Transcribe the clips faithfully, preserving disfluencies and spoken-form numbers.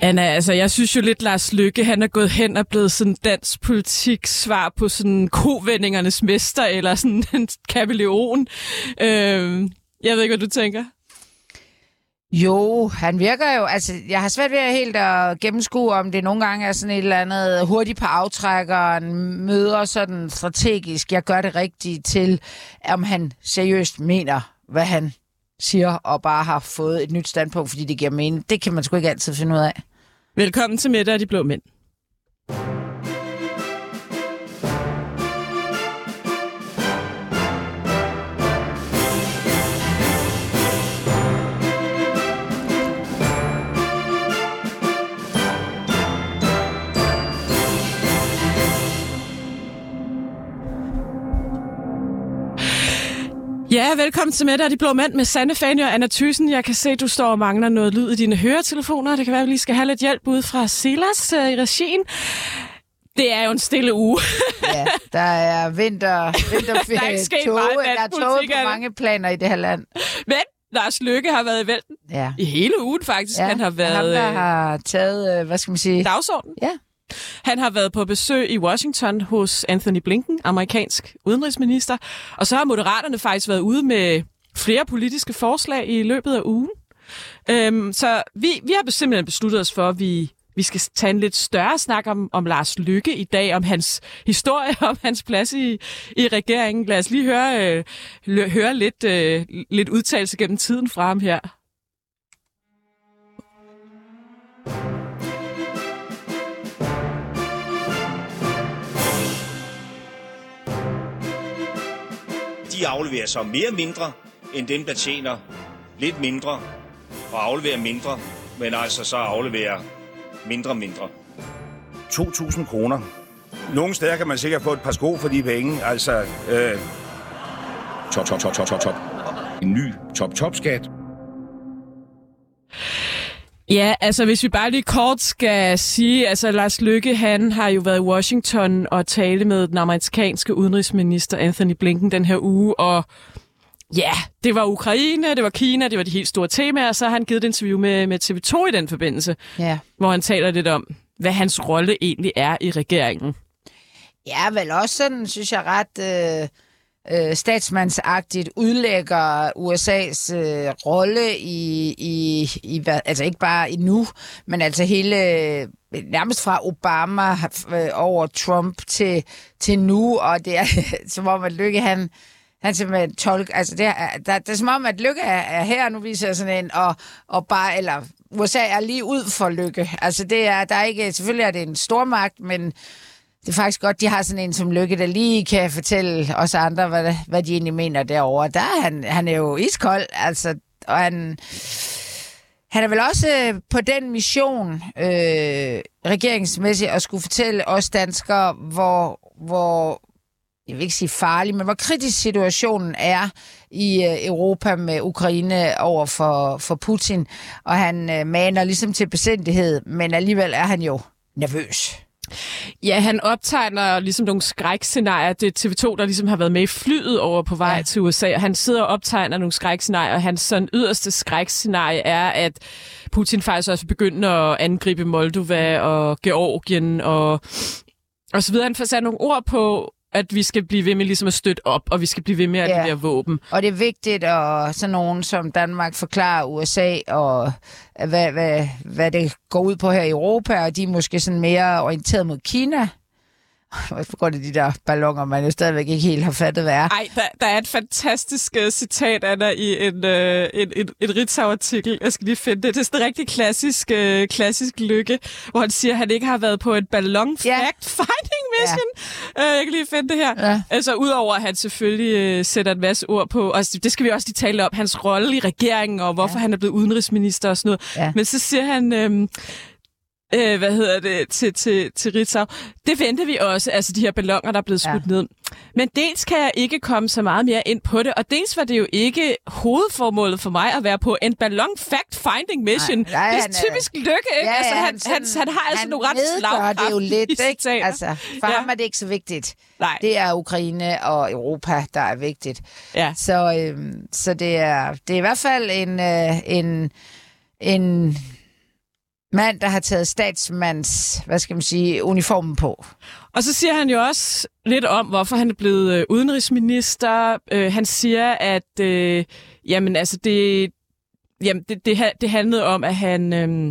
Anna, altså jeg synes jo lidt, Lars Løkke, han er gået hen og blevet sådan dansk politik svar på sådan kovendingernes mester, eller sådan en kameleon. Øh, jeg ved ikke, hvad du tænker. Jo, han virker jo, altså jeg har svært ved at helt at gennemskue, om det nogle gange er sådan et eller andet hurtigt på aftrækkeren, møder sådan strategisk, jeg gør det rigtigt til, om han seriøst mener, hvad han siger, og bare har fået et nyt standpunkt, fordi det giver mening. Det kan man sgu ikke altid finde ud af. Velkommen til Mette og de blå mænd. Ja, velkommen til Mette og de blå mænd med Sanne Fanø og Anna Thyssen. Jeg kan se, at du står og mangler noget lyd i dine høretelefoner. Det kan være, at vi lige skal have lidt hjælp ude fra Silas øh, i regien. Det er jo en stille uge. Ja, der er vinter, vinterferie, der er ikke tog, der er tog på mange planer i det her land. Men Lars Løkke har været i vælten ja. i hele ugen faktisk. Ja, han har været ham, der har taget, hvad skal man sige? Dagsorden. Ja. Han har været på besøg i Washington hos Anthony Blinken, amerikansk udenrigsminister. Og så har Moderaterne faktisk været ude med flere politiske forslag i løbet af ugen. Øhm, så vi, vi har simpelthen besluttet os for, at vi, vi skal tage en lidt større snak om, om Lars Løkke i dag, om hans historie, om hans plads i, i regeringen. Lad os lige høre, øh, høre lidt, øh, lidt udtalelse gennem tiden fra ham her. De afleverer så mere mindre, end dem, der tjener lidt mindre, og afleverer mindre, men altså så afleverer mindre mindre. to tusind kroner. Nogle steder kan man sikkert få et par sko for de penge. Altså, øh, top, top, top, top, top, top. En ny top-top-skat. Ja, altså hvis vi bare lige kort skal sige, altså Lars Løkke, han har jo været i Washington og tale med den amerikanske udenrigsminister Anthony Blinken den her uge, og ja, det var Ukraine, det var Kina, det var de helt store temaer, og så har han givet et interview med, med T V to i den forbindelse, ja. hvor han taler lidt om, hvad hans rolle egentlig er i regeringen. Ja, vel også sådan, synes jeg, ret... Øh statsmandsagtigt udlægger U S A's øh, rolle i, i, i, altså ikke bare i nu, men altså hele, nærmest fra Obama øh, over Trump til, til nu, og det er som om, at Løkke, han, han simpelthen tolker, altså det er, der, det er som om, at Løkke er, er her, nu viser jeg sådan en, og, og bare, eller U S A er lige ud for Løkke. Altså det er, der er ikke, selvfølgelig er det en stormagt, men det er faktisk godt, de har sådan en som Løkke, der lige kan fortælle os andre, hvad, hvad de egentlig mener derovre. Der er han, han er jo iskold, altså, og han, han er vel også på den mission, øh, regeringsmæssigt, at skulle fortælle os danskere, hvor, hvor, jeg vil ikke sige farlig, men hvor kritisk situationen er i øh, Europa med Ukraine over for, for Putin. Og han øh, maner ligesom til besindighed, men alligevel er han jo nervøs. Ja, han optegner ligesom nogle skrækscenarier. Det er T V to, der ligesom har været med i flyet over på vej ja. til U S A, og han sidder og optegner nogle skrækscenarier, og hans sådan yderste skrækscenarie er, at Putin faktisk også begynder at angribe Moldova og Georgien og, og så videre. Han får sat nogle ord på, at vi skal blive ved med ligesom at støtte op, og vi skal blive ved med at ja. levere våben. Og det er vigtigt, at sådan nogen som Danmark forklarer U S A, og hvad, hvad, hvad det går ud på her i Europa, og de er måske sådan mere orienteret mod Kina. Hvorfor går det de der balloner, man jo stadigvæk ikke helt har fattet, hvad er? Ej, der, der er et fantastisk uh, citat, Anna, i en, uh, en, en, en Ritzau-artikel. Jeg skal lige finde det. Det er sådan en rigtig klassisk, uh, klassisk Løkke, hvor han siger, at han ikke har været på et ballon ja. fact-finding mission. Ja. Uh, jeg kan lige finde det her. Ja. Altså, udover at han selvfølgelig uh, sætter en masse ord på, og det skal vi også lige tale om, hans rolle i regeringen, og hvorfor ja. han er blevet udenrigsminister og sådan noget. Ja. Men så siger han... Um, Øh, hvad hedder det, til, til, til Ritzau. Det venter vi også, altså de her balloner, der er blevet skudt ja. ned. Men dels kan jeg ikke komme så meget mere ind på det, og dels var det jo ikke hovedformålet for mig at være på en ballon fact-finding mission. Nej, nej, det er typisk Løkke, ikke? Ja, altså, han, han, sådan, han, han har altså han nogle ret slagkraftige det jo lidt, ikke? Altså, for ja. ham er det ikke så vigtigt. Nej. Det er Ukraine og Europa, der er vigtigt. Ja. Så, øhm, så det, er, det er i hvert fald en... Øh, en, en mand, der har taget statsmands, hvad skal man sige, uniformen på. Og så siger han jo også lidt om, hvorfor han er blevet øh, udenrigsminister. Øh, han siger, at øh, jamen, altså det, jamen, det, det, det handlede om, at han... Øh,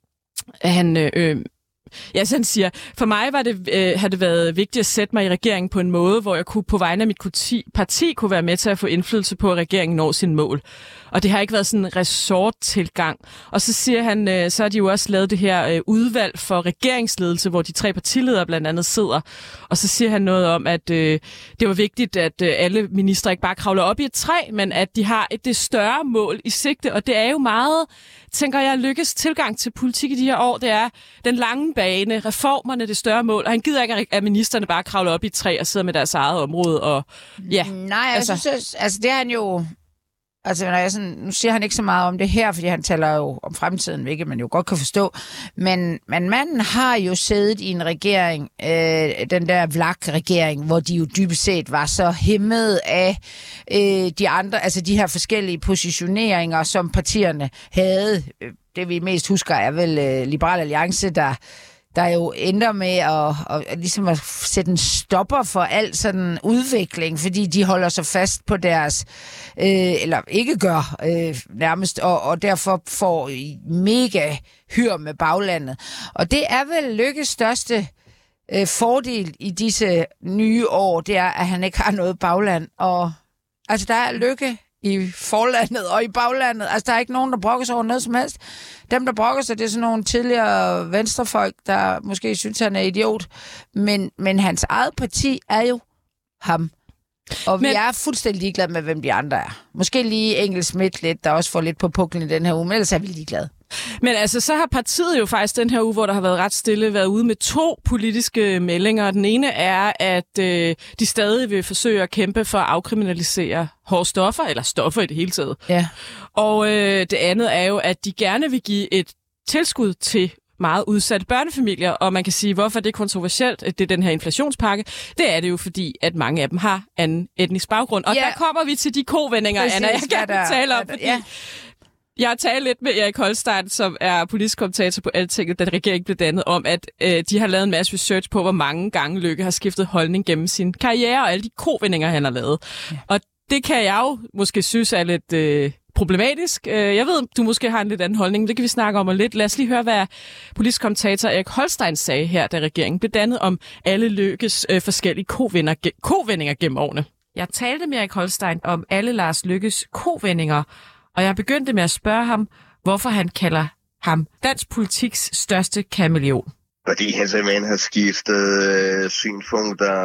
at han øh, Ja, så han siger, for mig var det, øh, har det været vigtigt at sætte mig i regeringen på en måde, hvor jeg kunne på vegne af mit parti, parti kunne være med til at få indflydelse på, at regeringen når sin mål. Og det har ikke været sådan en ressorttilgang. Og så siger han, øh, så har de jo også lavet det her øh, udvalg for regeringsledelse, hvor de tre partiledere blandt andet sidder. Og så siger han noget om, at øh, det var vigtigt, at øh, alle ministre ikke bare kravler op i et træ, men at de har et det større mål i sigte. Og det er jo meget, tænker jeg, lykkes tilgang til politik i de her år. Det er den lange bane, reformerne, det større mål. Og han gider ikke, at ministerne bare kravler op i et træ og sidder med deres eget område. Og, ja, Nej, jeg altså. synes, altså det er han jo... Altså, når jeg sådan, nu siger han ikke så meget om det her, fordi han taler jo om fremtiden, hvilket man jo godt kan forstå. Men, men manden har jo siddet i en regering, øh, den der V L A K-regering, hvor de jo dybest set var så hæmmet af øh, de andre, altså de her forskellige positioneringer, som partierne havde. Det vi mest husker er vel øh, Liberal Alliance, der... der jo ender med at, at, at, ligesom at sætte en stopper for al sådan udvikling, fordi de holder sig fast på deres, øh, eller ikke gør øh, nærmest, og, og derfor får mega hyr med baglandet. Og det er vel Løkkes største øh, fordel i disse nye år, det er, at han ikke har noget bagland. Og altså, der er Løkke i forlandet og i baglandet. Altså, der er ikke nogen, der brokker sig over noget som helst. Dem, der brokker sig, det er sådan nogle tidligere venstrefolk, der måske synes, han er idiot. Men, men hans eget parti er jo ham. Og men... vi er fuldstændig ligeglade med, hvem de andre er. Måske lige Engel Schmidt lidt, der også får lidt på puklen i den her uge, men ellers er vi ligeglade. Men altså, så har partiet jo faktisk den her uge, hvor der har været ret stille, været ude med to politiske meldinger. Den ene er, at øh, de stadig vil forsøge at kæmpe for at afkriminalisere hårde stoffer, eller stoffer i det hele taget. Ja. Og øh, det andet er jo, at de gerne vil give et tilskud til meget udsatte børnefamilier, og man kan sige, hvorfor det er kontroversielt, at det er den her inflationspakke. Det er det jo, fordi at mange af dem har anden etnisk baggrund. Og ja. Der kommer vi til de kovendinger, Anna, jeg gerne vil tale om, fordi... Ja. Jeg har talt lidt med Erik Holstein, som er politisk kommentator på Altinget, da regeringen blev dannet, om at øh, de har lavet en masse research på, hvor mange gange Løkke har skiftet holdning gennem sin karriere, og alle de kovendinger, han har lavet. Ja. Og det kan jeg jo måske synes er lidt øh, problematisk. Jeg ved, du måske har en lidt anden holdning, det kan vi snakke om og lidt. Lad os lige høre, hvad politisk kommentator Erik Holstein sagde her, da regeringen blev dannet, om alle Løkkes øh, forskellige kovendinger, kovendinger gennem årene. Jeg talte med Erik Holstein om alle Lars Løkkes kovendinger, og jeg begyndte med at spørge ham, hvorfor han kalder ham dansk politiks største kameleon. Fordi han simpelthen har skiftet øh, synspunkter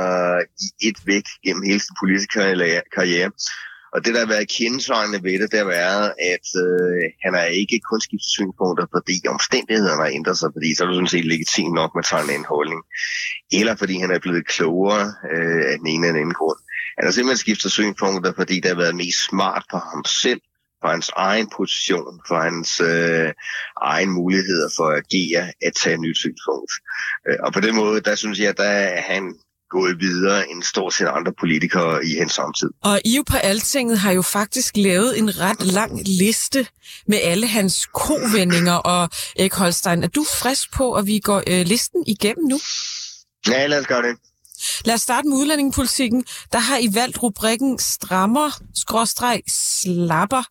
i et væk gennem hele sin politiske karriere. Og det, der har været kendetegnende ved det, det har været, at øh, han har ikke kun skiftet synspunkter, fordi omstændighederne har ændret sig, fordi så er det sådan set legitimt nok med at tage en anden holdning. Eller fordi han er blevet klogere øh, af den ene eller anden grund. Han har simpelthen skiftet synspunkter, fordi det har været mest smart for ham selv, for hans egen position, for hans øh, egen muligheder for at agere, at tage et nyt synspunkt. Og på den måde, der synes jeg, der er han gået videre end stort set andre politikere i hans samtid. Og I jo på Altinget har jo faktisk lavet en ret lang liste med alle hans kovendinger, og Erik Holstein, er du frisk på, at vi går øh, listen igennem nu? Ja, lad os gøre det. Lad os starte med udlændingepolitikken. Der har I valgt rubrikken strammer, skråstreg, slapper.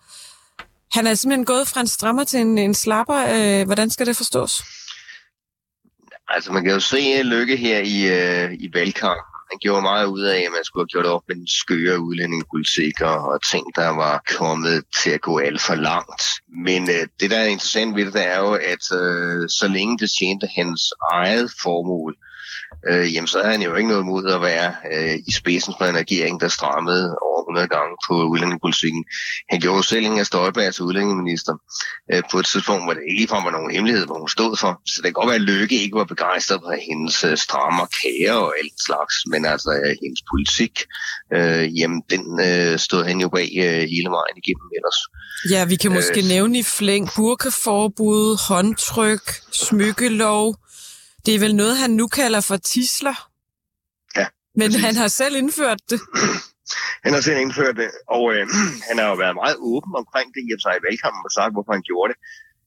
Han er simpelthen gået fra en strammer til en, en slapper. Øh, hvordan skal det forstås? Altså, man kan jo se Løkke her i, øh, i valgkampen. Han gjorde meget ud af, at man skulle have gjort op med en skøre udlændingepolitik og, og ting, der var kommet til at gå alt for langt. Men øh, det, der er interessant ved det, det er jo, at øh, så længe det tjente hans eget formål, Øh, jamen så havde han jo ikke noget mod at være øh, i spidsen for en regering, der strammede over hundrede gange på udlændingepolitikken. Han gjorde selv Inger Støjberg til udlændingeminister øh, på et tidspunkt, hvor det ikke ligefrem var nogen hemmelighed, hvor hun stod for. Så det kan godt være, at Løkke ikke var begejstret på hendes øh, strammer kager og alt slags, men altså øh, hendes politik, øh, jamen den øh, stod han jo bag øh, hele vejen igennem ellers. Ja, vi kan måske øh, nævne i flæng burkaforbud, håndtryk, smykkelov. Det er vel noget, han nu kalder for tidsler? Ja. Men præcis. Han har selv indført det. Han har selv indført det, og øh, han har jo været meget åben omkring det i sig i valgkampen og sagt, hvorfor han gjorde det.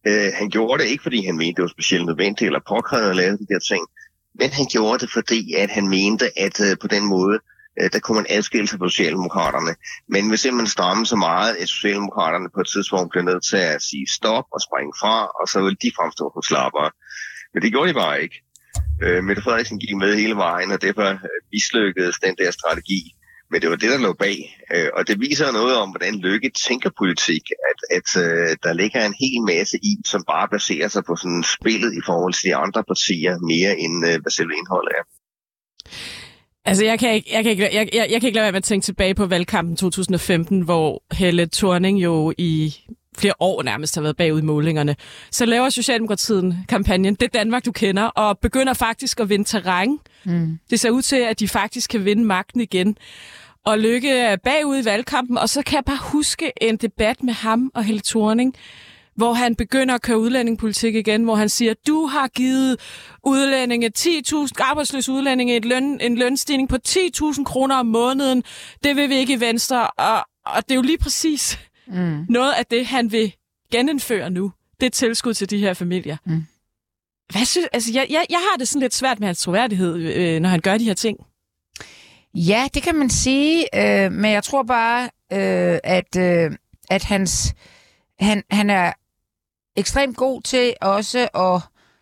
Øh, han gjorde det ikke, fordi han mente, det var specielt nødvendigt eller påkrævet at lave de der ting, men han gjorde det, fordi at han mente, at øh, på den måde, øh, der kunne man adskille sig på Socialdemokraterne. Men hvis man strammer så meget, at Socialdemokraterne på et tidspunkt bliver nødt til at sige stop og springe fra, og så vil de fremstå som slappere. Men det gjorde de bare ikke. Øh, Mette Frederiksen gik med hele vejen, og derfor mislykkedes den der strategi. Men det var det, der lå bag. Øh, og det viser noget om, hvordan Løkke tænker politik, at, at øh, der ligger en hel masse i, som bare baserer sig på sådan spillet i forhold til de andre partier, mere end øh, hvad selve indholdet er. Altså, jeg kan ikke, jeg kan ikke, jeg, jeg, jeg kan ikke lade være med at tænke tilbage på valgkampen to tusind og femten, hvor Helle Thorning jo i flere år nærmest har været bagud i målingerne. Så laver Socialdemokratiet kampagnen Det Danmark, du kender, og begynder faktisk at vinde terræn. Mm. Det ser ud til, at de faktisk kan vinde magten igen. Og Løkke er bagud i valgkampen, og så kan jeg bare huske en debat med ham og Helle Thorning, hvor han begynder at køre udlændingepolitik igen, hvor han siger, du har givet udlændinge ti tusind, arbejdsløse udlændinge et løn, en lønstigning på ti tusind kroner om måneden. Det vil vi ikke i Venstre, og, og det er jo lige præcis mm. noget af det, han vil genindføre nu. Det er tilskud til de her familier. Mm. Hvad synes, altså, jeg, jeg, jeg har det sådan lidt svært med hans troværdighed, øh, når han gør de her ting. Ja, det kan man sige, øh, men jeg tror bare, øh, at, øh, at hans, han, han er ekstremt god til også at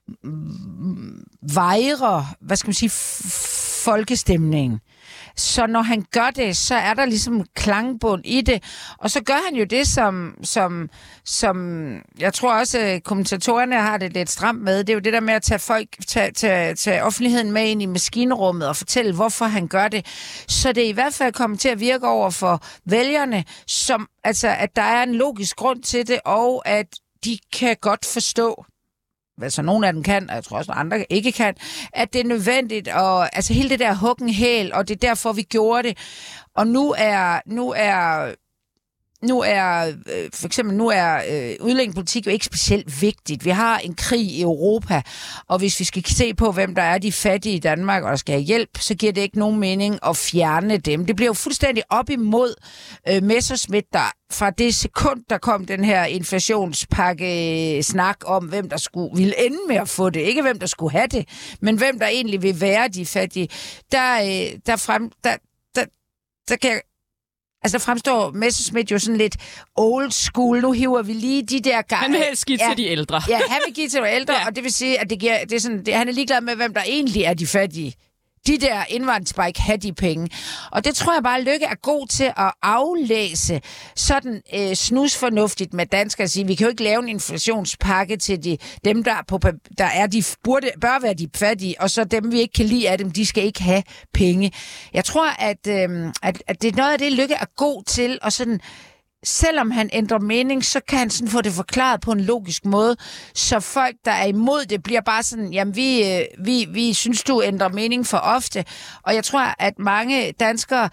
vejre, hvad skal man sige, f- folkestemningen. Så når han gør det, så er der ligesom klangbund i det. Og så gør han jo det, som, som, som jeg tror også, kommentatorerne har det lidt stramt med. Det er jo det der med at tage, folk, tage, tage, tage offentligheden med ind i maskinrummet og fortælle, hvorfor han gør det. Så det i hvert fald kommer til at virke over for vælgerne, som, altså, at der er en logisk grund til det, og at de kan godt forstå, altså nogle af dem kan, og jeg tror også, at andre ikke kan, at det er nødvendigt, og altså hele det der huggen hæl, og det er derfor, vi gjorde det. Og nu er, nu er, nu er, øh, for eksempel, nu er øh, udlændingepolitik jo ikke specielt vigtigt. Vi har en krig i Europa, og hvis vi skal se på, hvem der er de fattige i Danmark, og der skal have hjælp, så giver det ikke nogen mening at fjerne dem. Det bliver jo fuldstændig op imod øh, Messerschmidt, der fra det sekund, der kom den her inflationspakke snak om, hvem der skulle ville ende med at få det. Ikke hvem der skulle have det, men hvem der egentlig vil være de fattige. Der, øh, der, frem, der, der, der kan jeg Altså, der fremstår Messerschmidt jo sådan lidt old school. Nu hiver vi lige de der gange. Han vil helst give ja, til de ældre. Ja, han vil give til de ældre, ja. Og det vil sige, at det giver, det er sådan, det, han er ligeglad med, hvem der egentlig er de fattige. De der indvandrere ikke have de penge. Og det tror jeg bare, Løkke er god til at aflæse sådan øh, snusfornuftigt med danskere. Sige, vi kan jo ikke lave en inflationspakke til de, dem, der, på, der er de, burde, bør være de fattige, og så dem, vi ikke kan lide af dem, de skal ikke have penge. Jeg tror, at, øh, at, at det er noget af det, Løkke er god til, og sådan selvom han ændrer mening, så kan han sådan få det forklaret på en logisk måde, så folk, der er imod det, bliver bare sådan, jamen vi, vi, vi synes, du ændrer mening for ofte. Og jeg tror, at mange danskere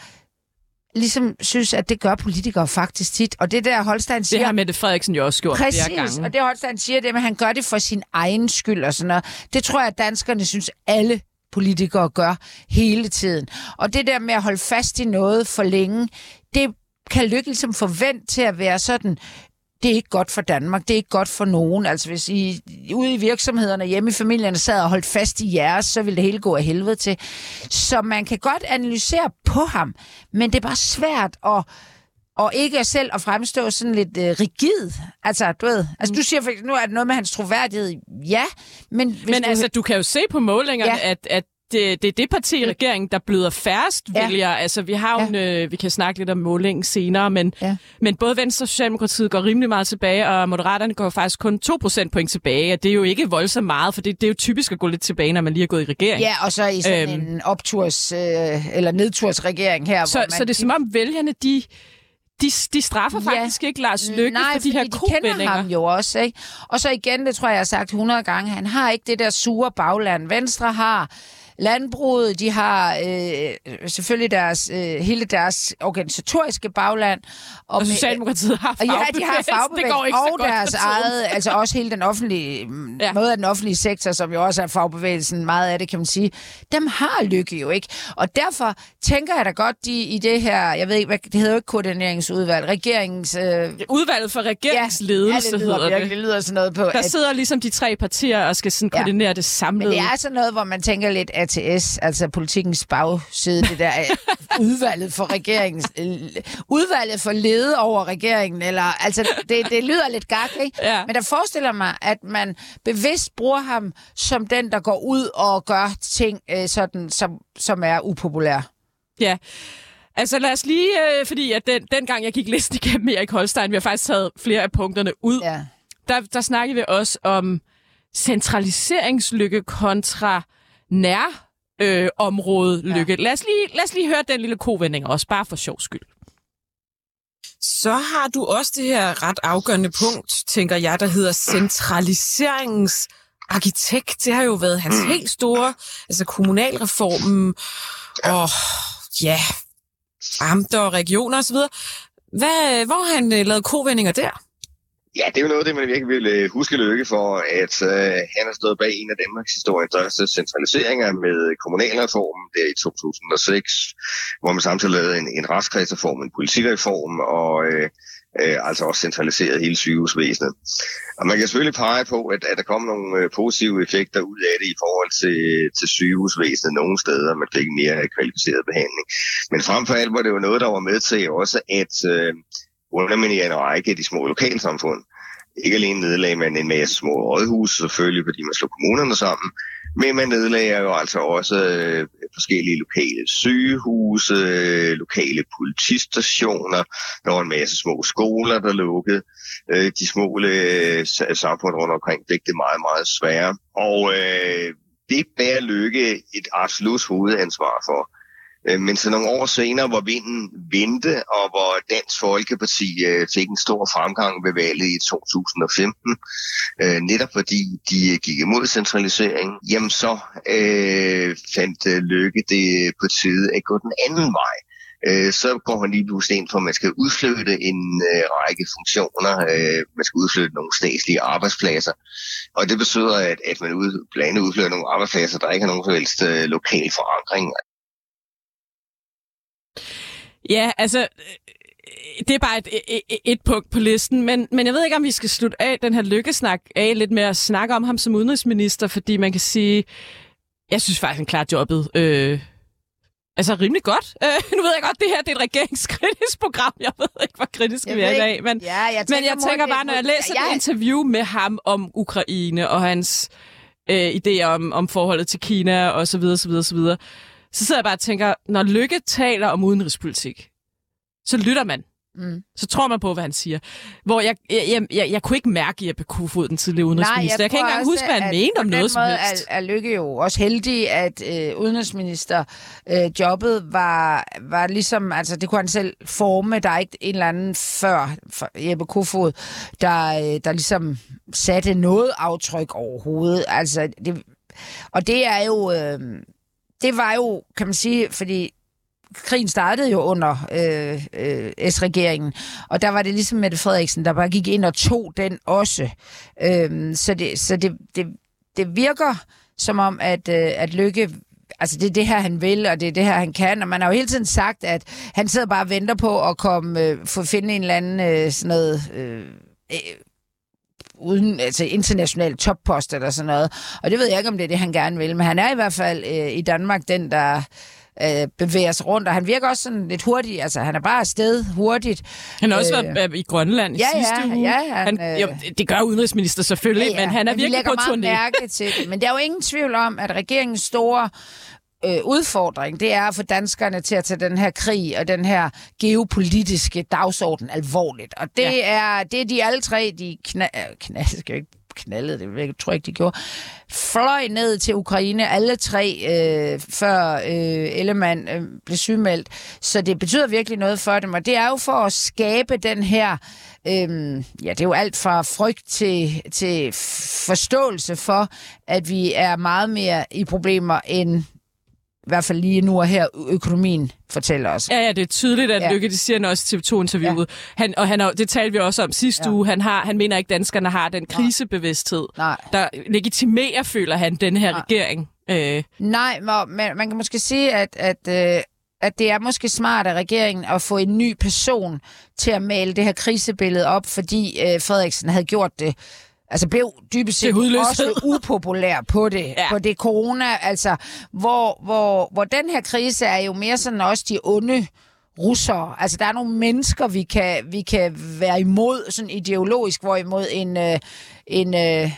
ligesom synes, at det gør politikere faktisk tit. Og det der Holstein siger... Det har Mette Frederiksen jo også gjort præcis, flere gange. Og det Holstein siger, det med, at han gør det for sin egen skyld og sådan noget. Det tror jeg, at danskerne synes, alle politikere gør hele tiden. Og det der med at holde fast i noget for længe, det kan Løkke ligesom forvente til at være sådan, det er ikke godt for Danmark, det er ikke godt for nogen. Altså hvis I ude i virksomhederne, hjemme i familierne sad og holdt fast i jeres, så ville det hele gå af helvede til. Så man kan godt analysere på ham, men det er bare svært at og ikke selv at fremstå sådan lidt øh, rigid. Altså, du ved, altså du siger for eksempel, nu er det noget med hans troværdighed. Ja, men... Hvis men du... altså, du kan jo se på målingerne, ja. at, at Det, det er det parti i ja. regeringen, der bløder færrest ja. vælger. Altså, vi har jo ja. en, øh, vi kan snakke lidt om målingen senere, men, ja. men både Venstre og Socialdemokratiet går rimelig meget tilbage, og Moderaterne går faktisk kun to procentpoint tilbage, og det er jo ikke voldsomt meget, for det, det er jo typisk at gå lidt tilbage, når man lige er gået i regering. Ja, og så i sådan øhm, en opturs- øh, eller nedtursregering her. Så, hvor man... så det er som om vælgerne, de... De, de straffer ja. faktisk ikke Lars Løkke Nej, for de her kovendinger. Nej, de kender ham jo også, ikke? Og så igen, det tror jeg, jeg har sagt hundrede gange, han har ikke det der sure bagland. Venstre har landbruget, de har øh, selvfølgelig deres, øh, hele deres organisatoriske bagland. Og, og Socialdemokratiet har fagbevægelsen. Ja, de har fagbevægelsen og deres eget, altså også hele den offentlige, ja. noget af den offentlige sektor, som jo også er fagbevægelsen, meget af det kan man sige, dem har Løkke jo ikke. Og derfor tænker jeg da godt, de i det her, jeg ved ikke, hvad, det hedder jo ikke koordineringsudvalg, regeringens... Øh, Udvalget for regeringsledelse, ja, det lyder, hedder det. Det lyder sådan noget på... Der at, sidder ligesom de tre partier og skal sådan koordinere ja. det samlede. Men det er sådan noget, hvor man tænker lidt A T S, altså politikens bagside, det der udvalget for regeringens... udvalget for lede over regeringen, eller... Altså, det, det lyder lidt gak, ikke? Ja. Men der forestiller mig, at man bevidst bruger ham som den, der går ud og gør ting, øh, sådan, som, som er upopulære. Ja. Altså lad os lige, øh, fordi at den, dengang jeg gik listen igennem Erik Holstein, vi har faktisk taget flere af punkterne ud, ja. der, der snakkede vi også om centraliseringslykke kontra nærområde-lykke. Ja. Lad os lige, lad os lige høre den lille kovending også, bare for sjov skyld. Så har du også det her ret afgørende punkt, tænker jeg, der hedder centraliseringsarkitekt. Det har jo været hans helt store, altså kommunalreformen og ja... amter og regioner osv. Hvad, hvor har han uh, lavet kovendinger der? Ja, det er jo noget, det man virkelig vil huske Løkke for, at uh, han har stået bag en af Danmarks historiens største centraliseringer med kommunalreformen der i to tusind og seks, hvor man samtidig lavede en, en retskredsreform, en politireform og uh, uh, altså også centraliseret hele sygehusvæsenet. Og man kan selvfølgelig pege på, at, at der kom nogle uh, positive effekter ud af det i forhold til, til sygehusvæsenet nogle steder. Man fik en mere kvalificeret behandling. Men frem for alt var det jo noget, der var med til også at uh, underminere en række af de små lokalsamfund. Ikke alene nedlagde man en masse små rådhuse selvfølgelig, fordi man slog kommunerne sammen, men man nedlagde jo altså også øh, forskellige lokale sygehuse, øh, lokale politistationer, der var en masse små skoler, der lukkede. Øh, de små øh, samfund rundt omkring fik det meget, meget svære. Og øh, det bærer Løkke et absolut hovedansvar for. Men så nogle år senere, hvor vinden vendte, og hvor Dansk Folkeparti øh, fik en stor fremgang ved valget i to tusind og femten, øh, netop fordi de gik imod centralisering, jamen så øh, fandt øh, Løkke det på tide at gå den anden vej. Øh, så går han lige pludselig ind for, at man skal udflytte en øh, række funktioner, øh, man skal udflytte nogle statslige arbejdspladser, og det betyder, at, at man ud, blandt andet udflytter nogle arbejdspladser, der ikke har nogen som helst øh, lokal forankring. Ja, altså, det er bare et, et, et punkt på listen, men, men jeg ved ikke, om vi skal slutte af den her lykkesnak af lidt med at snakke om ham som udenrigsminister, fordi man kan sige, jeg synes faktisk, han klarer jobbet øh, altså rimelig godt. Øh, nu ved jeg godt, det her det er et regeringskritisk program. Jeg ved ikke, hvor kritisk vi er i dag, men ja, jeg tænker, men jeg tænker bare, når jeg læser ja. et interview med ham om Ukraine og hans øh, idéer om, om forholdet til Kina og så videre, så videre, så videre, så sidder jeg bare og tænker, når Løkke taler om udenrigspolitik, så lytter man. Mm. Så tror man på, hvad han siger. Hvor jeg, jeg, jeg, jeg kunne ikke mærke Jeppe Kofod, den tidligere udenrigsminister. Nej, jeg, jeg kan ikke engang huske, hvad han mente om noget som helst. Er, er Løkke jo også heldig, at øh, udenrigsministerjobbet øh, var, var ligesom, altså det kunne han selv forme. Der er ikke en eller anden før for Jeppe Kofod, der, øh, der ligesom satte noget aftryk overhovedet. Altså, det, og det er jo... Øh, Det var jo, kan man sige, fordi krigen startede jo under øh, øh, S-regeringen, og der var det ligesom Mette Frederiksen, der bare gik ind og tog den også. Øh, så det, så det, det, det virker som om, at, øh, at Løkke, altså det er det her, han vil, og det er det her, han kan, og man har jo hele tiden sagt, at han sidder bare og venter på at komme, øh, få finde en eller anden øh, sådan noget... Øh, øh, uden altså international toppost eller sådan noget. Og det ved jeg ikke, om det er det, han gerne vil. Men han er i hvert fald øh, i Danmark den, der øh, bevæger sig rundt. Og han virker også sådan lidt hurtigt. Altså, han er bare afsted hurtigt. Han har også øh, været i Grønland i ja, sidste ja, uge. Ja, han, han, jo, det gør udenrigsminister selvfølgelig, ja, ja. men han er men virkelig på turné. Mærke til det. Men der er jo ingen tvivl om, at regeringens store øh, udfordring, det er at få danskerne til at tage den her krig og den her geopolitiske dagsorden alvorligt. Og det, ja. er, det er de alle tre, de knald, knald, skal ikke knaldede, det jeg tror ikke, de gjorde, fløj ned til Ukraine, alle tre, øh, før øh, Ellemann øh, blev sygemeldt. Så det betyder virkelig noget for dem, og det er jo for at skabe den her, øh, ja, det er jo alt fra frygt til, til forståelse for, at vi er meget mere i problemer, end i hvert fald lige nu og her økonomien fortæller os. Ja, ja, det er tydeligt, at ja. Løkke, det siger han også i T V to-interviewet. Ja. Han, og han har, det talte vi også om sidste ja. uge. Han, har, han mener ikke, at danskerne har den krisebevidsthed, Nej. der legitimerer, føler han, den her Nej. regering. Øh. Nej, men man kan måske sige, at, at, øh, at det er måske smart af regeringen at få en ny person til at male det her krisebillede op, fordi øh, Frederiksen havde gjort det. Altså blev dybest set også upopulær på det, ja. på det corona, altså hvor, hvor, hvor den her krise er jo mere sådan også de onde russere. Altså der er nogle mennesker, vi kan, vi kan være imod, sådan ideologisk, hvorimod en, øh, en øh,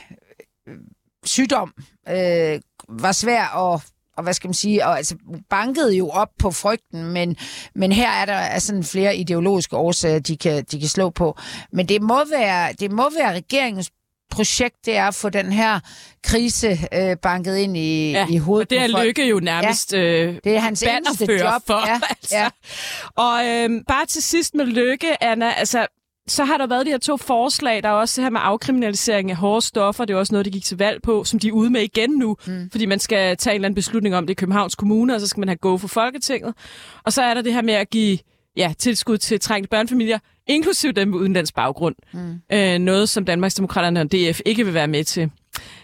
sygdom øh, var svær at og hvad skal man sige, og altså bankede jo op på frygten, men, men her er der altså sådan flere ideologiske årsager, de kan, de kan slå på. Men det må være, det må være regeringens projekt, det er at få den her krise øh, banket ind i, ja, i hovedet. Og det er Løkke jo nærmest ja, øh, det er hans eneste job. For, ja, altså. ja. Og øh, bare til sidst med Løkke, Anna, altså så har der været de her to forslag. Der er også det her med afkriminalisering af hårde stoffer. Det er også noget, de gik til valg på, som de er ude med igen nu. Mm. Fordi man skal tage en eller anden beslutning om det i Københavns Kommune, og så skal man have go for Folketinget. Og så er der det her med at give ja, tilskud til trængte børnefamilier, inklusive dem med udenlandsk baggrund. Mm. Øh, noget, som Danmarksdemokraterne og D F ikke vil være med til.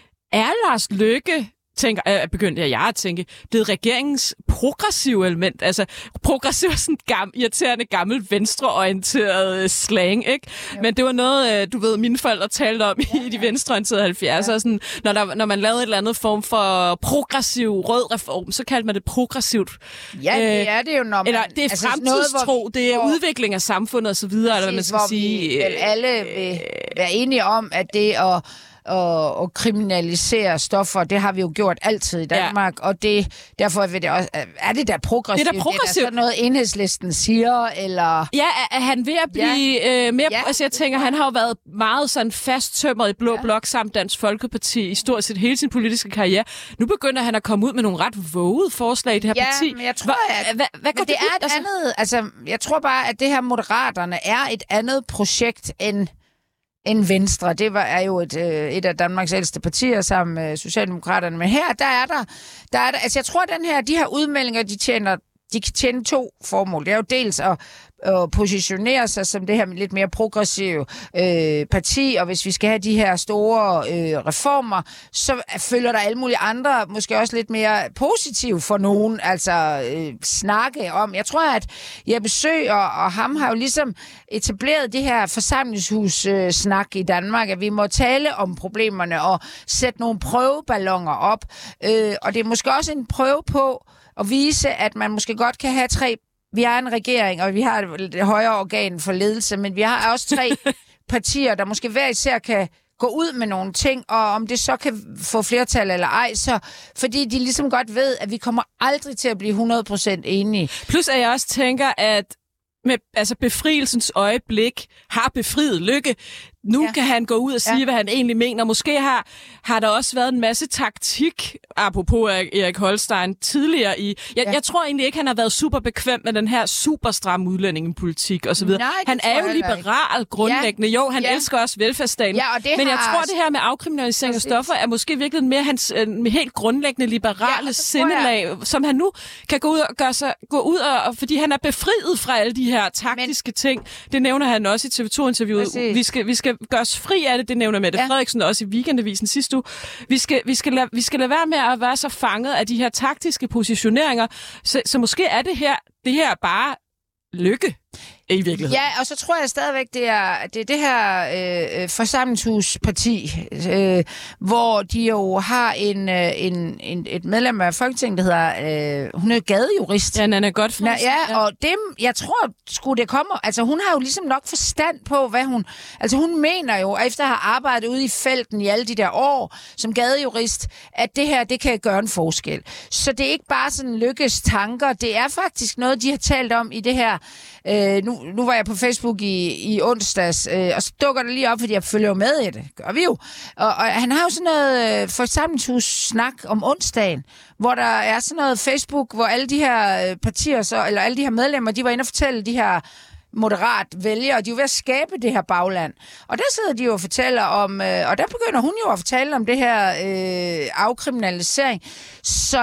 Er Lars Løkke, tænker, er begyndt jeg at tænke, blevet regeringens progressive element? Altså, progressiv er sådan gam, irriterende, gammel, venstreorienteret slang, ikke? Jo. Men det var noget, du ved, mine forældre talte om ja, i de venstreorienterede halvfjerdser. Ja. Sådan, når, der, når man lavede et eller andet form for progressiv rød reform, så kaldte man det progressivt. Ja, det er det jo, når man... Eller det er altså fremtidstro, noget, hvor, det er hvor, udvikling af samfundet osv., eller hvad man skal hvor sige. Vi vel alle vil være enige om, at det at... Og, og kriminalisere stoffer, det har vi jo gjort altid i Danmark, ja. Og det, derfor er det, også, er det der progressivt. Det er der progressivt. Det er der sådan noget, Enhedslisten siger, eller... Ja, er han ved at blive ja. øh, mere... Ja. Altså, jeg tænker, han har jo været meget sådan fasttømret i Blå ja. Blok samt Dansk Folkeparti i stort set hele sin politiske karriere. Nu begynder han at komme ud med nogle ret vågede forslag i det her ja, parti. Men jeg tror, at... Hvad, hvad men det, det er et altså? andet... Altså, jeg tror bare, at det her Moderaterne er et andet projekt end... end Venstre. Det var, er jo et, øh, et af Danmarks ældste partier sammen med Socialdemokraterne. Men her, der er der, der er der, altså jeg tror, at den her, de her udmeldinger, de tjener, de kan tjene to formål. Det er jo dels at og positionere sig som det her lidt mere progressive øh, parti, og hvis vi skal have de her store øh, reformer, så følger der alle mulige andre, måske også lidt mere positive for nogen, altså øh, snakke om. Jeg tror, at Jeppe Søe og, og ham har jo ligesom etableret det her forsamlingshus-snak øh, i Danmark, at vi må tale om problemerne og sætte nogle prøveballoner op, øh, og det er måske også en prøve på at vise, at man måske godt kan have tre. Vi har en regering, og vi har et højere organ for ledelse, men vi har også tre partier, der måske hver især kan gå ud med nogle ting, og om det så kan få flertal eller ej, så fordi de ligesom godt ved, at vi kommer aldrig til at blive hundrede procent enige. Plus at jeg også tænker, at med altså befrielsens øjeblik har befriet Løkke. Nu ja. kan han gå ud og sige, ja. hvad han egentlig mener. Måske har, har der også været en masse taktik, apropos Erik Holstein, tidligere i... Jeg, ja. jeg tror egentlig ikke, han har været super bekvem med den her super stramme udlændingepolitik osv. Han er jo liberal grundlæggende. Ja. Jo, han ja. elsker også velfærdsstaten. Ja, men jeg har... tror, det her med afkriminalisering af stoffer er måske virkelig mere hans øh, helt grundlæggende liberale ja, sindelag, jeg... som han nu kan gå ud og gøre sig, gå ud og... Fordi han er befriet fra alle de her taktiske men... ting. Det nævner han også i T V to-interviewet. Vi skal, vi skal gør os fri af det, det nævner Mette ja. Frederiksen også i Weekendavisen sidste uge. Vi skal, vi, skal lade, vi skal lade være med at være så fanget af de her taktiske positioneringer, så, så måske er det her, det her bare Løkke i virkeligheden. Ja, og så tror jeg stadigvæk, det er det, er det her øh, forsamlingshusparti, øh, hvor de jo har en, øh, en, en, et medlem af Folketinget, der hedder, øh, hun er gadejurist. Ja, Nanna Godtfredsen. Ja, ja, og dem, jeg tror, skulle det komme, altså hun har jo ligesom nok forstand på, hvad hun, altså hun mener jo, efter at have arbejdet ude i felten i alle de der år, som gadejurist, at det her, det kan gøre en forskel. Så det er ikke bare sådan Løkkes tanker, det er faktisk noget, de har talt om i det her, øh, nu Nu var jeg på Facebook i, i onsdags, øh, og så dukker det lige op, fordi jeg følger med i det. Gør vi jo. Og, og han har jo sådan noget øh, forsamlingshus-snak om onsdagen, hvor der er sådan noget Facebook, hvor alle de her øh, partier, så, eller alle de her medlemmer, de var inde og fortælle de her moderat vælgere, og de er jo ved at skabe det her bagland. Og der sidder de jo og fortæller om, øh, og der begynder hun jo at fortælle om det her øh, afkriminalisering. Så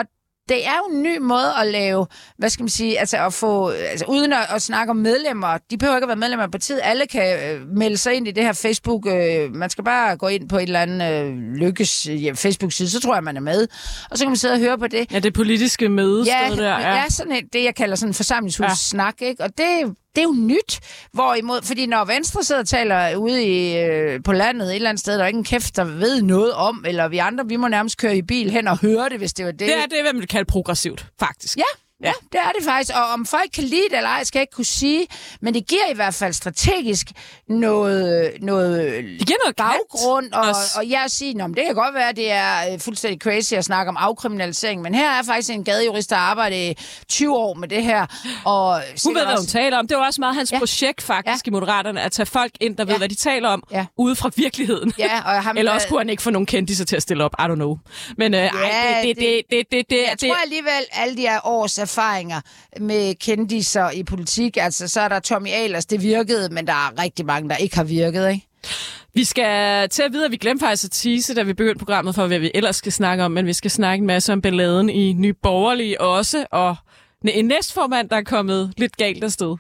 det er jo en ny måde at lave, hvad skal man sige, altså at få, altså uden at, at snakke om medlemmer, de behøver ikke at være medlemmer af partiet, alle kan øh, melde sig ind i det her Facebook, øh, man skal bare gå ind på et eller andet øh, Lykkes ja, Facebook-side, så tror jeg, man er med, og så kan man sidde og høre på det. Ja, det politiske mødested ja, der. Ja, ja sådan et, det jeg kalder sådan en forsamlingshus-snak, ja. Ikke? Og det Det er jo nyt, hvorimod, fordi når Venstre sidder og taler ude i, øh, på landet et eller andet sted, der er ikke en kæft, der ved noget om, eller vi andre, vi må nærmest køre i bil hen og høre det, hvis det var det. Det er det, hvad man kalder progressivt, faktisk. Ja, ja, det er det faktisk. Og om folk kan lide det eller ej, skal jeg ikke kunne sige, men det giver i hvert fald strategisk noget, noget, det giver noget baggrund, og, og jeg siger, det kan godt være, at det er fuldstændig crazy at snakke om afkriminalisering, men her er faktisk en gadejurist, der har arbejdet tyve år med det her. Og hun ved, hvad hun taler om. Det var også meget hans ja. projekt, faktisk, ja. i Moderaterne, at tage folk ind, der ved, ja. hvad de taler om, ja. ude fra virkeligheden. Ja, og ham, eller også kunne han ikke få nogen kendtiser til at stille op. I don't know. Men øh, ja, ej, det, det, det, det, det, det, jeg det, tror alligevel, alle de her års erfaringer med kendiser i politik, altså så er der Tommy Ahlers, det virkede, men der er rigtig mange, der ikke har virket, ikke? Vi skal til at vide, at vi glemte faktisk at tease, da vi begyndte programmet for, hvad vi ellers skal snakke om, men vi skal snakke en masse om balladen i Nye Borgerlige også, og en næstformand, der er kommet lidt galt afsted.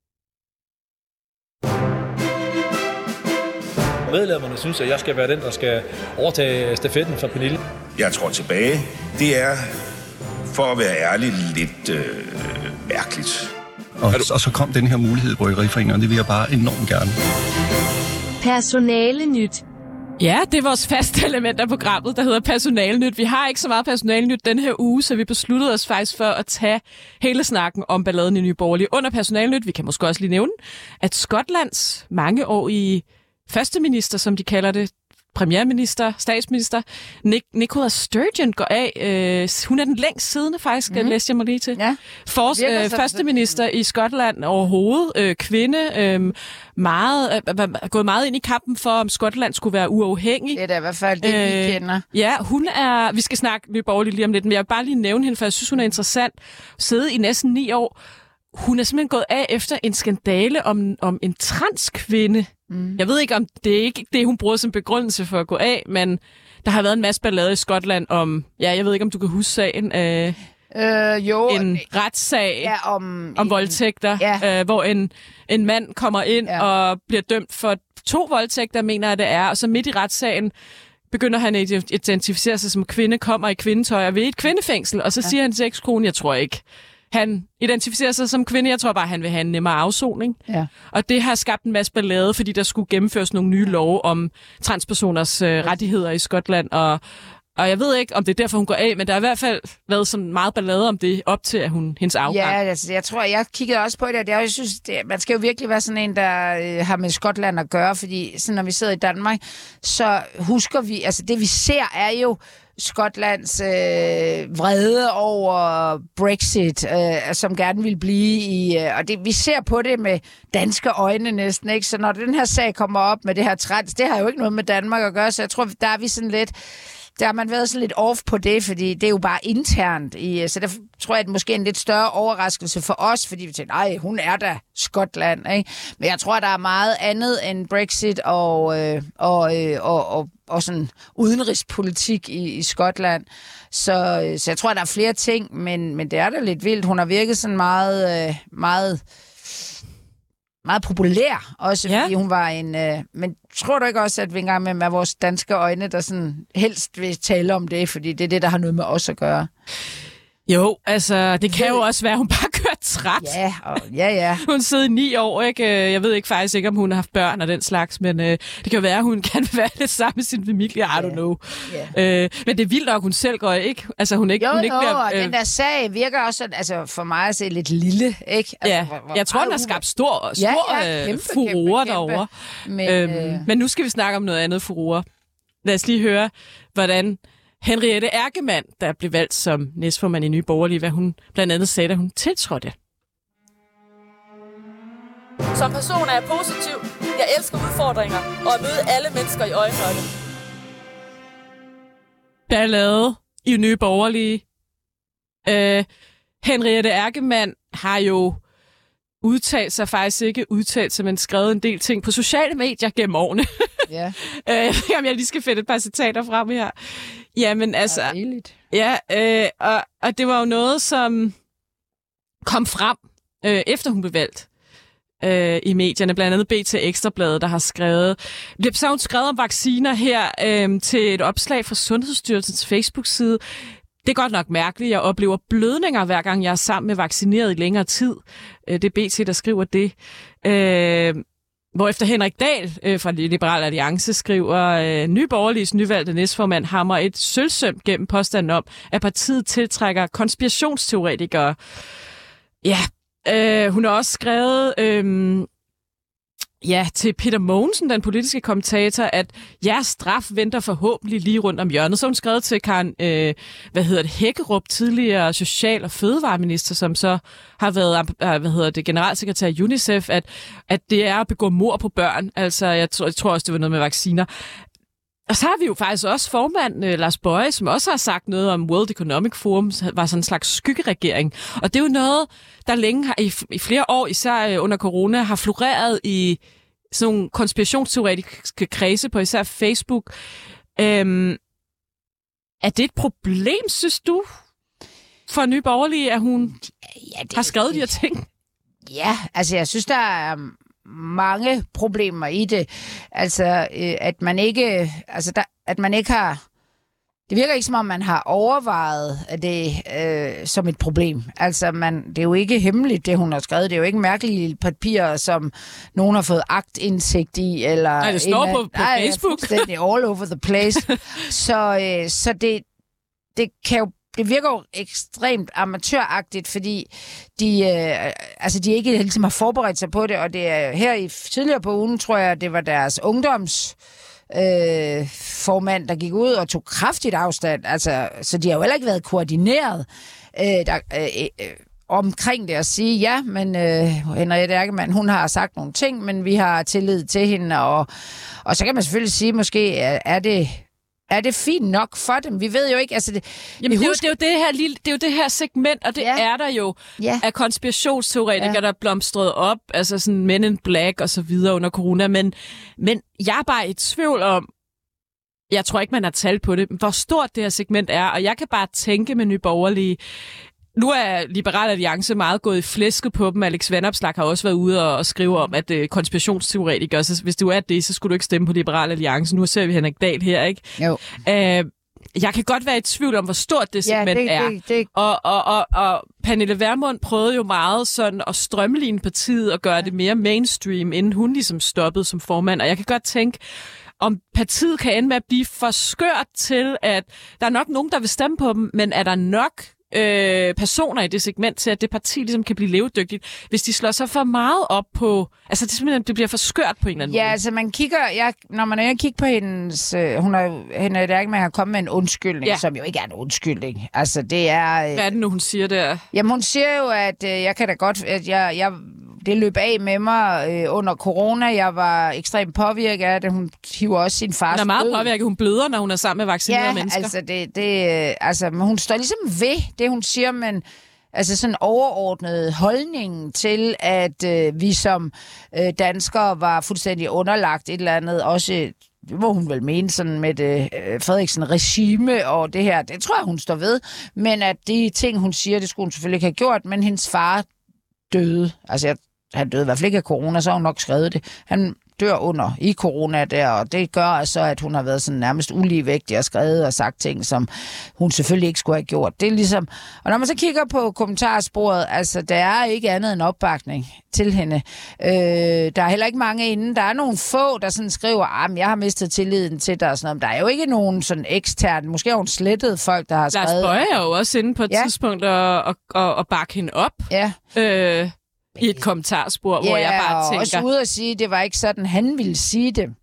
Medlemmerne synes, at jeg skal være den, der skal overtage stafetten fra Pernille. Jeg tror tilbage. Det er, for at være ærlig, lidt øh, mærkeligt. Og, og så kom den her mulighed i Bryggeriforeningen, og det vil jeg bare enormt gerne. Personale nyt. Ja, det er vores faste element af programmet, der hedder Personalenyt. Vi har ikke så meget Personalenyt den her uge, så vi besluttede os faktisk for at tage hele snakken om balladen i Nye Borgerlige under Personalenyt. Vi kan måske også lige nævne, at Skotlands mange år i førsteminister, som de kalder det, premierminister, statsminister, Nic- Nicola Sturgeon går af. Øh, hun er den længst siddende, faktisk, mm-hmm. læste jeg mig lige til. Ja. For, øh, førsteminister i Skotland overhovedet. Øh, kvinde. Øh, meget, øh, gået meget ind i kampen for, om Skotland skulle være uafhængig. Det er da i hvert fald det, øh, vi kender. Ja, hun er... Vi skal snakke Nye Borgerlige lige om lidt, men jeg vil bare lige nævne hende, for jeg synes, hun er interessant. Sidde i næsten ni år. Hun er simpelthen gået af efter en skandale om, om en transkvinde. Mm. Jeg ved ikke, om det er ikke det, hun bruger som begrundelse for at gå af, men der har været en masse ballade i Skotland om, ja, jeg ved ikke, om du kan huske sagen, øh, øh, jo, en retssag ja, om, om en, voldtægter, ja. øh, hvor en, en mand kommer ind ja. og bliver dømt for to voldtægter, mener jeg det er, og så midt i retssagen begynder han at identificere sig som kvinde, kommer i kvindetøj og ved et kvindefængsel, og så ja. siger han til ekskonen, jeg tror ikke, han identificerer sig som kvinde. Jeg tror bare, han vil have en nemmere afsoning. Ja. Og det har skabt en masse ballade, fordi der skulle gennemføres nogle nye love om transpersoners øh, rettigheder i Skotland. Og, og jeg ved ikke, om det er derfor, hun går af, men der har i hvert fald været sådan meget ballade om det op til at hun, hendes afgang. Ja, altså, jeg tror, jeg kiggede også på det, og det, jeg synes, det, man skal jo virkelig være sådan en, der øh, har med Skotland at gøre, fordi sådan, når vi sidder i Danmark, så husker vi, altså det vi ser er jo Skotlands øh, vrede over Brexit, øh, som gerne vil blive i... Øh, og det, vi ser på det med danske øjne næsten, ikke? Så når den her sag kommer op med det her trans, det har jo ikke noget med Danmark at gøre, så jeg tror, der er vi sådan lidt... Der har man været sådan lidt off på det, fordi det er jo bare internt. I, så der tror jeg, at det måske er en lidt større overraskelse for os, fordi vi tænker, nej, hun er da Skotland, ikke? Men jeg tror, der er meget andet end Brexit og, øh, og, øh, og, og, og sådan udenrigspolitik i, i Skotland. Så, så jeg tror, der er flere ting, men, men det er da lidt vildt. Hun har virket sådan meget... Øh, meget meget populær, også ja. fordi hun var en... Øh, men tror du ikke også, at vi engang med, med vores danske øjne, der sådan helst vil tale om det, fordi det er det, der har noget med os at gøre? Jo, altså, det kan jo også være, at hun bare kører træt. Ja, og, ja, ja. Hun sidder i ni år, ikke? Jeg ved ikke faktisk ikke, om hun har haft børn og den slags, men øh, det kan jo være, at hun kan være lidt sammen med sin familie, I don't yeah. know. Yeah. Øh, men det er vildt nok, hun selv går, ikke? Altså, hun ikke... Jo, hun ikke jo, bliver, og øh... den der sag virker også, altså, for mig at se lidt lille, ikke? Altså, ja, hvor, hvor jeg tror, den har skabt stor, stor ja, ja, kæmpe, furore kæmpe, derovre. Men, øhm, øh... men nu skal vi snakke om noget andet furore. Lad os lige høre, hvordan... Henriette Erkemann, der blev valgt som næstformand i Nye Borgerlige, hvad hun blandt andet sagde, da hun tiltrådte. Som person er jeg positiv. Jeg elsker udfordringer og at møde alle mennesker i øjenhøjde. Ballade i Nye Borgerlige. Øh, Henriette Erkemann har jo udtalt sig, faktisk ikke udtalt sig, men skrevet en del ting på sociale medier gennem årene. Ja. Jeg ved ikke, om jeg lige skal finde et par citater frem her. Jamen altså... Ja, øh, og, og det var jo noget, som kom frem, øh, efter hun blev valgt øh, i medierne. Blandt andet B T Ekstrabladet, der har skrevet... Så har hun skrevet om vacciner her øh, til et opslag fra Sundhedsstyrelsens Facebook-side. Det er godt nok mærkeligt. Jeg oplever blødninger, hver gang jeg er sammen med vaccineret i længere tid. Det er B T, der skriver det. Øh, hvorefter Henrik Dahl øh, fra Liberal Alliance skriver, øh, Nye Borgerliges nyvalgte næstformand hammer et sølvsøm gennem påstanden om, at partiet tiltrækker konspirationsteoretikere. Ja, øh, hun har også skrevet... Øh, Ja, til Peter Mogensen, den politiske kommentator, at jeres straf venter forhåbentlig lige rundt om hjørnet. Så hun skrev til Karen, øh, hvad hedder det, Hækkerup, tidligere social- og fødevareminister, som så har været, hvad hedder det, generalsekretær i UNICEF, at, at det er at begå mord på børn. Altså, jeg tror, jeg tror også, det var noget med vacciner. Og så har vi jo faktisk også formand øh, Lars Boje, som også har sagt noget om World Economic Forum, var sådan en slags skyggeregering. Og det er jo noget, der længe har, i, i flere år, især øh, under corona, har floreret i sådan nogle konspirationsteoretiske kredse på især Facebook. Øhm, er det et problem, synes du, for Nye Borgerlige, at hun ja, det, har skrevet det. de her ting? Ja, altså jeg synes, der er mange problemer i det. Altså, øh, at man ikke, altså der, at man ikke har, det virker ikke som om man har overvejet det øh, som et problem. Altså, man, det er jo ikke hemmeligt, det hun har skrevet. Det er jo ikke mærkelige papirer, som nogen har fået aktindsigt i. Eller nej, det står en, på, på nej, Facebook. Det er all over the place. så øh, så det, det kan jo Det virker jo ekstremt amatøragtigt, fordi de, øh, altså de ikke ligesom har forberedt sig på det, og det er her i tidligere på ugen, tror jeg, det var deres ungdoms øh, formand, der gik ud og tog kraftigt afstand. Altså, så de har jo heller ikke været koordineret øh, der, øh, øh, omkring det at sige, ja, men øh, Henriette Erkemann, hun har sagt nogle ting, men vi har tillid til hende, og, og så kan man selvfølgelig sige, måske er, er det... Er det fint nok for dem? Vi ved jo ikke, altså det... Jamen, det, husker... det, er jo det, her lille, det er jo det her segment, og det ja. er der jo ja. af konspirationsteoretikere, ja. der blomstrede op, altså sådan Men in Black og så videre under corona, men, men jeg er bare i tvivl om, jeg tror ikke, man har talt på det, hvor stort det her segment er, og jeg kan bare tænke med Nye Borgerlige. Nu er Liberal Alliance meget gået i flæsket på dem. Alex Vanopslagh har også været ude og, og skrive om, at øh, konspirationsteoretikere, så hvis du er det, så skulle du ikke stemme på Liberal Alliance. Nu ser vi Henrik Dahl her, ikke? Jo. Æh, jeg kan godt være i tvivl om, hvor stort det segment ja, det, er. Det, det. Og, og, og, og Pernille Vermund prøvede jo meget sådan at strømline partiet og gøre ja. det mere mainstream, inden hun ligesom stoppede som formand. Og jeg kan godt tænke, om partiet kan ende med at blive for skørt til, at der er nok nogen, der vil stemme på dem, men er der nok øh, personer i det segment til, at det parti ligesom kan blive levedygtigt, hvis de slår sig for meget op på... Altså, det, simpelthen, det bliver for skørt på en eller anden ja, måde. Ja, altså, man kigger... Jeg, når man er kigger på hendes... Øh, hun har, Henriette Erkemann har kommet med en undskyldning, ja. som jo ikke er en undskyldning. Altså, det er... Øh, Hvad er det nu, hun siger der? Jamen, hun siger jo, at øh, jeg kan da godt... At jeg... jeg det løb af med mig øh, under corona. Jeg var ekstremt påvirket af det. Hun hiver også sin fars. Hun er meget død. påvirket. Hun bløder, når hun er sammen med vaccinerede ja, mennesker. altså, det, det, altså, hun står ligesom ved det, hun siger, men altså sådan overordnet holdningen til, at øh, vi som øh, danskere var fuldstændig underlagt et eller andet, også det må hun vel mene sådan med det øh, Frederiksen-regime og det her. Det tror jeg, hun står ved. Men at de ting, hun siger, det skulle hun selvfølgelig ikke have gjort, men hendes far døde. Altså, jeg han døde i hvert fald ikke af corona, så har hun nok skrevet det. Han dør under i corona der, og det gør altså, at hun har været sådan nærmest uligevægtig og skrevet og sagt ting, som hun selvfølgelig ikke skulle have gjort. Det er ligesom... Og når man så kigger på kommentarsporet, altså, der er ikke andet end opbakning til hende. Øh, der er heller ikke mange inden. Der er nogle få, der sådan skriver, at jeg har mistet tilliden til dig og sådan noget. Der er jo ikke nogen sådan ekstern, måske har hun slettet folk, der har skrevet... Lars Boje er jo også inde på et ja. tidspunkt og, og, og, og bakke hende op. Ja. Øh... I et kommentarspor, ja, hvor jeg bare tænker... Ja, og også ude at sige, det var ikke sådan, han ville sige det.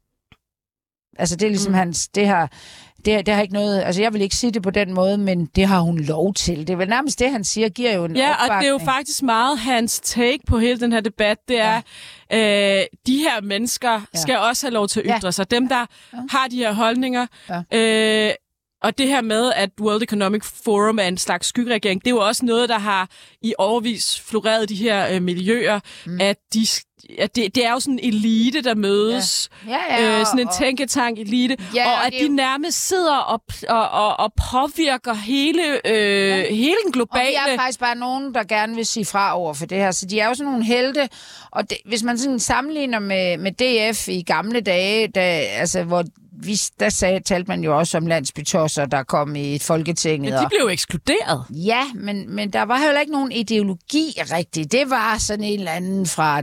Altså, det er ligesom mm. hans... Det har, det, det har ikke noget... Altså, jeg vil ikke sige det på den måde, men det har hun lov til. Det er vel nærmest det, han siger, giver jo en ja, opbakning. Og det er jo faktisk meget hans take på hele den her debat. Det er, ja. øh, de her mennesker ja. skal også have lov til at ytre ja. sig. Dem, der ja. har de her holdninger... Ja. Øh, Og det her med, at World Economic Forum er en slags skyggeregering, det er jo også noget, der har i årevis floreret de her øh, miljøer, mm. at, de, at det, det er jo sådan en elite, der mødes. Ja. Ja, ja, øh, sådan en og, tænketank elite. Ja, og at de jo... nærmest sidder og, og, og, og påvirker hele, øh, ja. hele den globale... Og vi er faktisk bare nogen, der gerne vil sige fra over for det her. Så de er jo sådan nogle helte. Og det, hvis man sådan sammenligner med, med D F i gamle dage, da, altså, hvor... Vi, der sagde, talte man jo også om landsbytosser, der kom i Folketinget. Men de blev jo ekskluderet. Ja, men, men der var heller ikke nogen ideologi rigtigt. Det var sådan en eller anden fra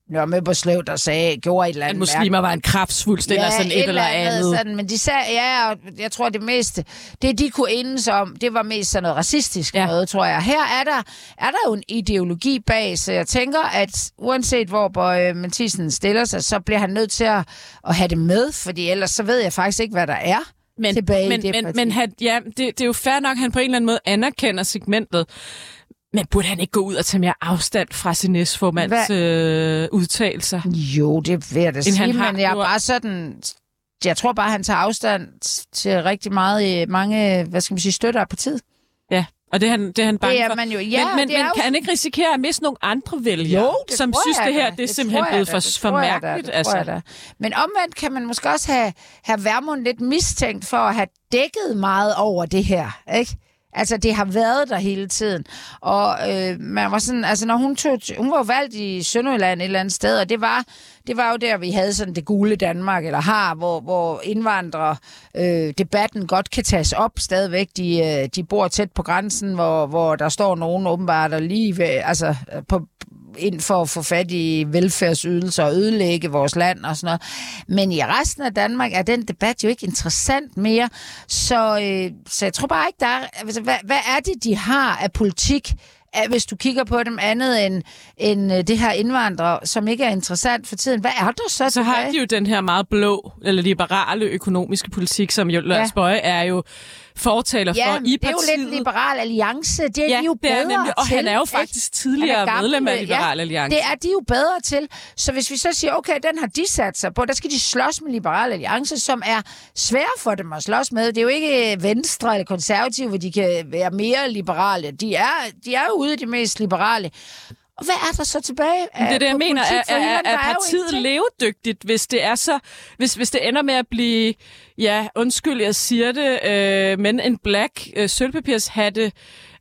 Nørre der sagde, gjorde et eller andet. At muslimer mærke. Var en kraftsvulst, ja, eller sådan et, et eller andet. Sådan, men de sagde, ja, og jeg tror det meste, det de kunne enes om, det var mest sådan noget racistisk ja. noget, tror jeg. Her er der, er der jo en ideologi bag, så jeg tænker, at uanset hvor Boje Mathiesen stiller sig, så bliver han nødt til at, at have det med, fordi ellers så ved jeg faktisk ikke, hvad der er. Men, tilbage men, i det men, parti. men han, ja, det, det er jo fair nok, at han på en eller anden måde anerkender segmentet. Men burde han ikke gå ud og tage mere afstand fra sin næstformands øh, udtalelser? Jo, det vil jeg da sige, har, men jeg er bare sådan... Jeg tror bare, han tager afstand til rigtig meget mange, hvad skal man sige, støtter af partiet. Ja, og det er han, det er han bange det er for. man jo, ja, men men, men jo... kan han ikke risikere at miste nogle andre vælgere, jo, det som synes, det her det er det simpelthen blevet for, for mærkeligt? Da, altså. Men omvendt kan man måske også have, have Vermund lidt mistænkt for at have dækket meget over det her, ikke? Altså, det har været der hele tiden. Og øh, man var sådan, altså, når hun tog, hun var jo valgt i Sønderjylland et eller andet sted, og det var, det var jo der, vi havde sådan det gule Danmark, eller har, hvor, hvor indvandrere, øh, debatten godt kan tages op stadigvæk. De, øh, de bor tæt på grænsen, hvor, hvor der står nogen åbenbart og lige ved, altså, på, ind for at få fat i velfærdsydelser og ødelægge vores land og sådan noget. Men i resten af Danmark er den debat jo ikke interessant mere. Så, øh, så jeg tror bare ikke, der er... Altså, hvad, hvad er det, de har af politik, hvis du kigger på dem andet end, end det her indvandrere, som ikke er interessant for tiden? Hvad er der så? Så har de jo den her meget blå, eller liberale økonomiske politik, som jo Lars Boje er jo fortaler ja, for i partiet. det er jo lidt Liberal Alliance. Det er ja, de jo bedre nemlig, og til. han er jo faktisk tidligere gamle, medlem af Liberal ja, Alliance. Det er de jo bedre til. Så hvis vi så siger, okay, den har de sat sig på, der skal de slås med Liberal Alliance, som er svære for dem at slås med. Det er jo ikke Venstre eller Konservative, hvor de kan være mere liberale. De er, de er jo ude de mest liberale. Og hvad er der så tilbage? Det er det, jeg mener. Er, er, er, er partiet levedygtigt, hvis det er så, hvis, hvis det ender med at blive, ja, undskyld, jeg siger det, øh, men en black øh, sølvpapirshatte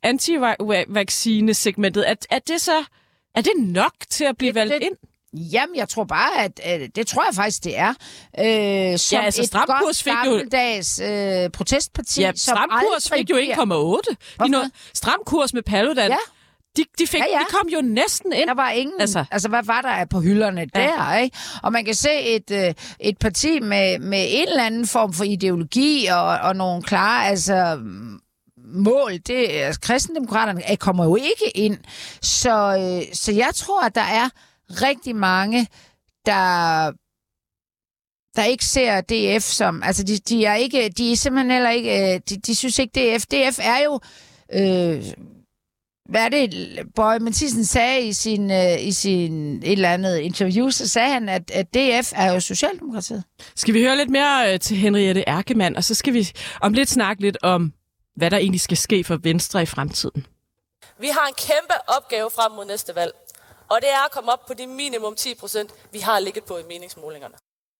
anti-vaccine-segmentet, er, er det så, er det nok til at blive det, valgt det, ind? Jamen, jeg tror bare, at, at det tror jeg faktisk, det er. Øh, som ja, altså, et godt fik gammeldags øh, protestparti, ja, som Stram Kurs fik jo en komma otte. Stram Kurs med Paludan. Ja. De, de, fik, ja, ja. de kom jo næsten ind. Der var ingen... Altså, altså hvad var der på hylderne ja. der, ikke? Og man kan se et, et parti med, med en eller anden form for ideologi og, og nogle klare altså, mål. Det, altså, kristendemokraterne kommer jo ikke ind. Så, så jeg tror, at der er rigtig mange, der... der ikke ser D F som... Altså, de, de er ikke... De er simpelthen heller ikke... De, de synes ikke, D F... D F er jo... Øh, hvad er det, Boje Mathiesen sagde i sin, uh, i sin et eller andet interview, så sagde han, at, at D F er jo Socialdemokratiet. Skal vi høre lidt mere uh, til Henriette Erkemann, og så skal vi om lidt snakke lidt om, hvad der egentlig skal ske for Venstre i fremtiden. Vi har en kæmpe opgave frem mod næste valg, og det er at komme op på de minimum ti procent, vi har ligget på i meningsmålingerne.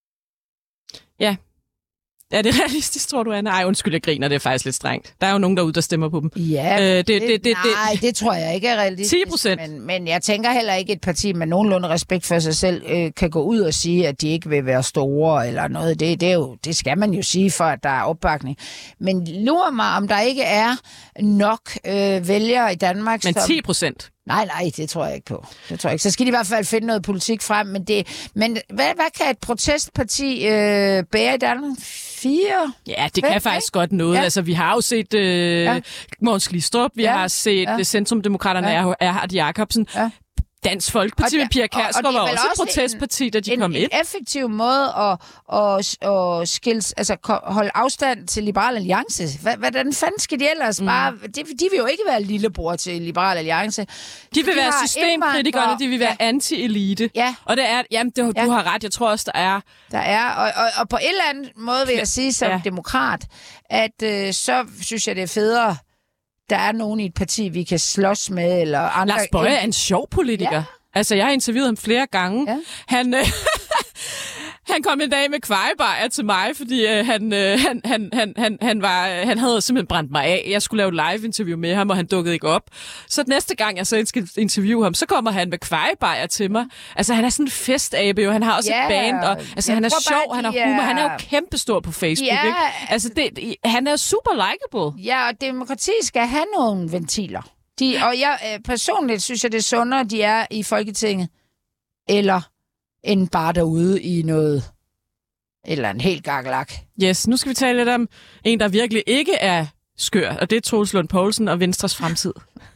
Ja. Er det realistisk, tror du, Anna? Ej, undskyld, jeg griner, det er faktisk lidt strengt. Der er jo nogen derude, der stemmer på dem. Ja, øh, det, det, det, det, nej, det tror jeg ikke er realistisk. ti procent. Men, men jeg tænker heller ikke, et parti med nogenlunde respekt for sig selv øh, kan gå ud og sige, at de ikke vil være store eller noget. Det, det, er jo, det skal man jo sige, for at der er opbakning. Men lurer mig, om der ikke er nok øh, vælgere i Danmark. Men ti procent? Nej, nej, det tror jeg ikke på. Det tror jeg ikke. Så skal de i hvert fald finde noget politik frem. Men, det, men hvad, hvad kan et protestparti øh, bære i Danmark? Fire? Ja, det kan faktisk godt noget. Ja. Altså, vi har jo set øh, ja. Mogens Glistrup, vi ja. har set ja. Centrumdemokraterne ja. Erhard Jacobsen. Ja. Dansk Folkeparti med Pia Kjærsgaard var også et protestparti, da de en, kom ind. En effektiv måde at, at, at skils, altså, holde afstand til Liberal Alliance. Hvordan fanden skal de ellers mm. bare... De, de vil jo ikke være lillebror til Liberal Alliance. De vil de være systemkritikerne, de vil være ja. anti-elite. Ja. Og det er... Jamen, det, du ja. har ret. Jeg tror også, der er... Der er, og, og, og på en eller anden måde vil jeg sige som ja. demokrat, at øh, så synes jeg, det er federe, der er nogen i et parti, vi kan slås med, eller andre... Lars Boje er en sjov politiker. Ja. Altså, jeg har interviewet ham flere gange. Ja. Han, øh, han kom en dag med kvejebajer til mig, fordi øh, han, øh, han, han, han, han, han, var, øh, han havde simpelthen brændt mig af. Jeg skulle lave live-interview med ham, og han dukkede ikke op. Så næste gang, jeg så skal interviewe ham, så kommer han med kvejebajer til mig. Altså, han er sådan en festabe, jo. Han har også yeah. et band, og altså, han er sjov, bare, han har humor. Han er jo kæmpestor på Facebook, yeah. ikke? Altså, det, han er super likeable. Ja, og demokrati skal have nogle ventiler. De, og jeg øh, personligt synes jeg, det er sundere, de er i Folketinget, eller end bare derude i noget, eller en helt gakkelak. Yes, nu skal vi tale lidt om en, der virkelig ikke er skør, og det er Troels Lund Poulsen og Venstres fremtid.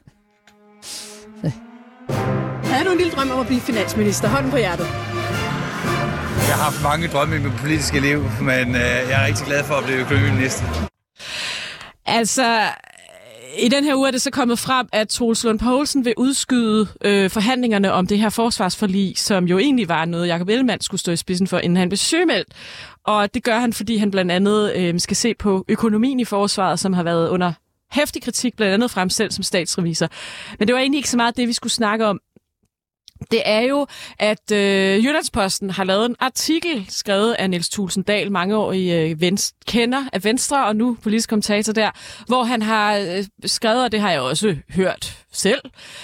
Havde du en lille drøm om at blive finansminister? Hånden på hjertet. Jeg har haft mange drømme i mit politiske liv, men øh, jeg er rigtig glad for at blive økonomiminister. Altså... I den her uge er det så kommet frem, at Troels Lund Poulsen vil udskyde øh, forhandlingerne om det her forsvarsforlig, som jo egentlig var noget, Jakob Ellemann skulle stå i spidsen for, inden han blev sygemeldt. Og det gør han, fordi han blandt andet øh, skal se på økonomien i forsvaret, som har været under heftig kritik, blandt andet fremstillet som statsrevisor. Men det var egentlig ikke så meget det, vi skulle snakke om. Det er jo, at øh, Jyllandsposten har lavet en artikel, skrevet af Niels Thulesen Dahl, mangeårig øh, venstre, kender af Venstre, og nu politisk kommentator der, hvor han har øh, skrevet, og det har jeg også hørt selv,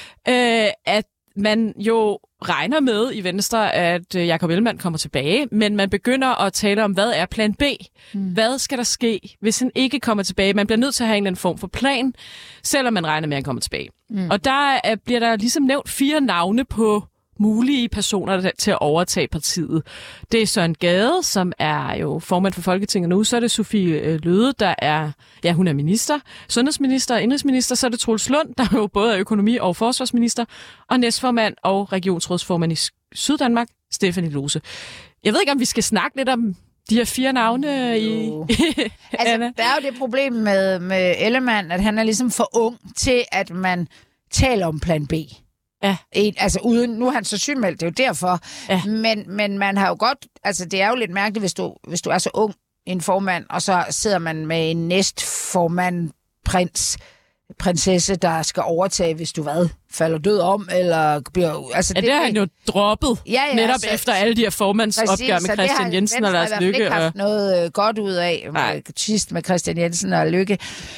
øh, at man jo regner med i Venstre, at øh, Jakob Ellemann kommer tilbage, men man begynder at tale om, hvad er plan B? Mm. Hvad skal der ske, hvis han ikke kommer tilbage? Man bliver nødt til at have en eller anden form for plan, selvom man regner med, at han kommer tilbage. Mm. Og der øh, bliver der ligesom nævnt fire navne på mulige personer der, til at overtage partiet. Det er Søren Gade, som er jo formand for Folketinget nu. Så er det Sofie Løhde, der er, ja, hun er minister, sundhedsminister og indrigsminister. Så er det Troels Lund, der jo både er økonomi- og forsvarsminister, og næstformand og regionsrådsformand i Syddanmark, Stephanie Lose. Jeg ved ikke, om vi skal snakke lidt om de her fire navne i... altså, der er jo det problem med, med Ellemann, at han er ligesom for ung til, at man taler om plan B. Ja. En, altså uden, nu er han så sygemeldt, det er jo derfor. Ja. Men, men man har jo godt, altså det er jo lidt mærkeligt, hvis du, hvis du er så ung en formand, og så sidder man med en næstformand, prins, prinsesse, der skal overtage, hvis du hvad, falder død om, eller bliver... Altså, ja, det, det har han jo droppet, ja, ja, netop så, efter alle de her formandsopgør med Christian Jensen og Lars Løkke. Det har ikke haft noget øh, godt ud af, med, sidst med Christian Jensen og Løkke.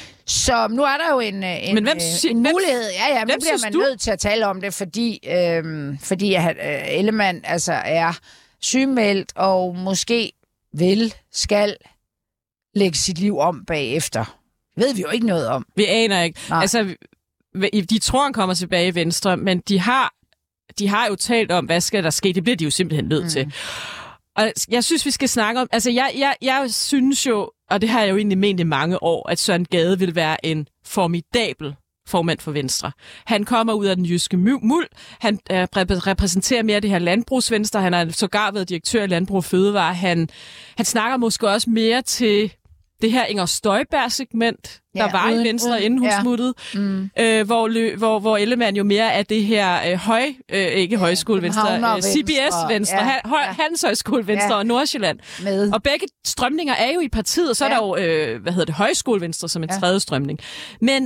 Så nu er der jo en, en, Men hvem, en mulighed. Ja, ja, nu bliver man du? nødt til at tale om det, fordi, øhm, fordi at, øh, Ellemann altså er sygemeldt og måske vil, skal lægge sit liv om bagefter. Det ved vi jo ikke noget om. Vi aner ikke. Nej. Altså, de tror, han kommer tilbage i Venstre, men de har, de har jo talt om, hvad skal der ske. Det bliver de jo simpelthen nødt mm. til. Og jeg synes, vi skal snakke om... Altså, jeg, jeg, jeg synes jo, og det har jeg jo egentlig ment i mange år, at Søren Gade vil være en formidabel formand for Venstre. Han kommer ud af den jyske muld. Han øh, repræsenterer mere det her landbrugsvenstre. Han har sågar været direktør i Landbrug og Fødevare. Han, han snakker måske også mere til det her Inger Støjberg-segment, der ja, var uden, i Venstre, uden, inden hun ja. smuttede, mm. øh, hvor, hvor, hvor Ellemann jo mere er det her øh, høj, øh, ikke ja, højskolevenstre, øh, C B S-venstre, ja, høj, ja. Handelshøjskolevenstre ja. og Nordsjælland. Med. Og begge strømninger er jo i partiet, og så ja. er der jo, øh, hvad hedder det, højskolevenstre som en ja. tredje strømning. Men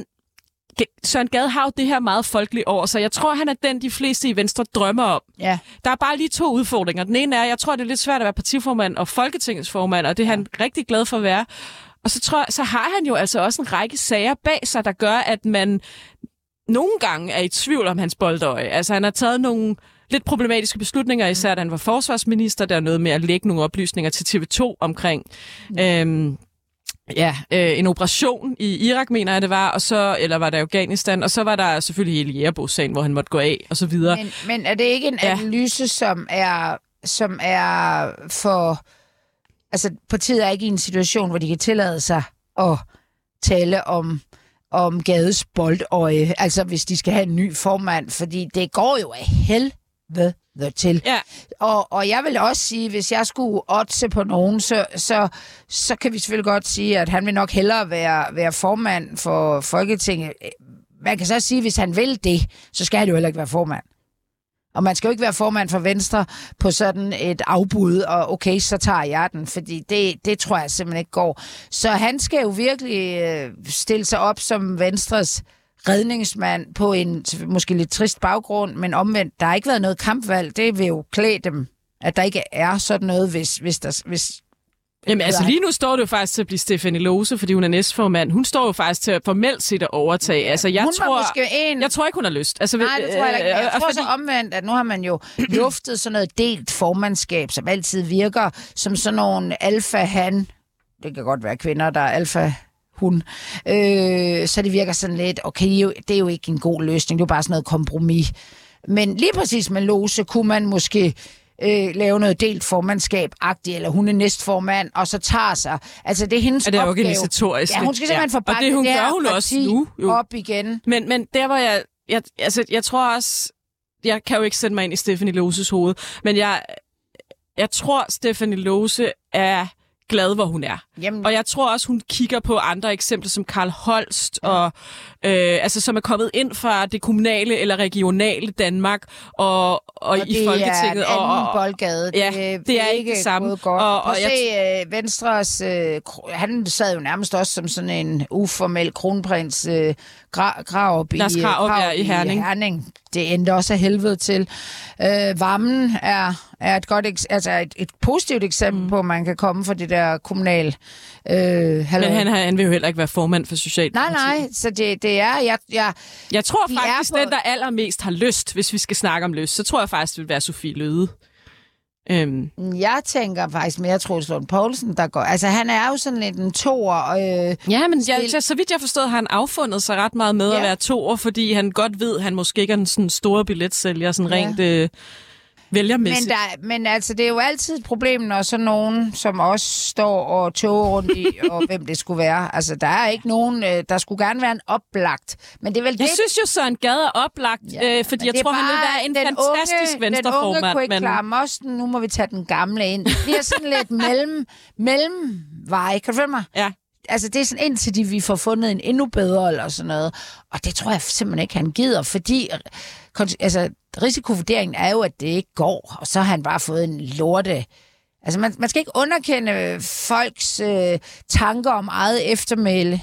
Søren Gade har jo det her meget folkelige over sig. Jeg tror, han er den, de fleste i Venstre drømmer om. Ja. Der er bare lige to udfordringer. Den ene er, jeg tror, det er lidt svært at være partiformand og Folketingets formand, og det er han ja. rigtig glad for at være. Og så, tror jeg, så har han jo altså også en række sager bag sig, der gør, at man nogle gange er i tvivl om hans boldøje. Altså, han har taget nogle lidt problematiske beslutninger, især da han var forsvarsminister. Der er noget med at lægge nogle oplysninger til T V to omkring... Mm. Øhm, Ja, øh, en operation i Irak, mener jeg det var, og så, eller var det Afghanistan, og så var der selvfølgelig hele Jægerbo-sagen, hvor han måtte gå af, og så videre. Men, men er det ikke en ja. analyse, som er, som er for... Altså, partiet er ikke i en situation, hvor de kan tillade sig at tale om om Gades boldøje, altså hvis de skal have en ny formand, fordi det går jo af helvede til. Ja. Og, og jeg vil også sige, hvis jeg skulle oddse på nogen, så, så, så kan vi selvfølgelig godt sige, at han vil nok hellere være, være formand for Folketinget. Man kan så sige, at hvis han vil det, så skal han jo heller ikke være formand. Og man skal jo ikke være formand for Venstre på sådan et afbud, og okay, så tager jeg den, fordi det, det tror jeg simpelthen ikke går. Så han skal jo virkelig øh, stille sig op som Venstres redningsmand på en måske lidt trist baggrund, men omvendt, der har ikke været noget kampvalg. Det vil jo klæde dem, at der ikke er sådan noget, hvis, hvis der... Hvis Jamen altså lige nu står det jo faktisk til at blive Stephanie Lose, fordi hun er næstformand. Hun står jo faktisk til at formelt set at overtage. Ja, altså, jeg hun tror, måske en... Jeg tror ikke, hun har lyst. Altså, Nej, det tror jeg ikke. Jeg øh, tror fordi... så omvendt, at nu har man jo luftet sådan noget delt formandskab, som altid virker som sådan nogle alfa-han. Det kan godt være kvinder, der er alfa hun. Øh, så det virker sådan lidt, okay, det er jo ikke en god løsning, det er jo bare sådan noget kompromis. Men lige præcis med Lose kunne man måske øh, lave noget delt formandskab-agtigt, eller hun er næstformand, og så tager sig. Altså det er hendes opgave. Er det organisatorisk? Ja, hun skal simpelthen ja. få bakket det, hun det gør her hun også nu, jo. op igen. Men, men der var jeg, jeg, altså jeg tror også, jeg kan jo ikke sætte mig ind i Stephanie Loses hoved, men jeg, jeg tror, Stephanie Lose er glad, hvor hun er. Jamen. Og jeg tror også, hun kigger på andre eksempler som Karl Holst, ja. og, øh, altså, som er kommet ind fra det kommunale eller regionale Danmark og, og, og i Folketinget. Det er en anden boldgade. Ja, det, det er ikke det samme. Godt. Og, og og se, jeg... øh, Venstres, øh, han sad jo nærmest også som sådan en uformel kronprins øh, gra- Grav i, Grav i, i Herning. Herning. Det endte også af helvede til. Øh, Vammen er, er et godt altså et, et positivt eksempel mm. på, at man kan komme fra det der kommunale. Øh, Men han, han vil jo heller ikke være formand for Socialdemokratiet. Nej, nej, så det, det er... Jeg, jeg, jeg tror faktisk, på... den, der allermest har lyst, hvis vi skal snakke om lyst, så tror jeg faktisk, det vil være Sofie Løhde. Øhm. Jeg tænker faktisk mere Troels Lund Poulsen, der går... Altså, han er jo sådan lidt en toer. Øh, ja, men jeg, så, så vidt jeg forstod, har han affundet sig ret meget med ja. at være toer, fordi han godt ved, at han måske ikke er en sådan store billetsælger, sådan ja. rent... Øh, vælgermæssigt. Men, der, men altså, det er jo altid et problem, når så nogen, som også står og toger rundt i, og hvem det skulle være. Altså, der er ikke nogen, øh, der skulle gerne være en oplagt. Men det er vel jeg det... synes jo, Søren Gade er oplagt, ja, øh, fordi jeg tror, han vil være en fantastisk venstreformand. Den unge kunne ikke men... klare mosten, nu må vi tage den gamle ind. Det bliver sådan lidt mellem, mellemvej. Kan du følge mig? Ja. Altså, det er sådan indtil de, vi får fundet en endnu bedre, eller sådan noget. Og det tror jeg simpelthen ikke, han gider, fordi... Altså, risikovurderingen er jo, at det ikke går, og så har han bare fået en lorte. Altså, man, man skal ikke underkende folks øh, tanker om eget eftermæle.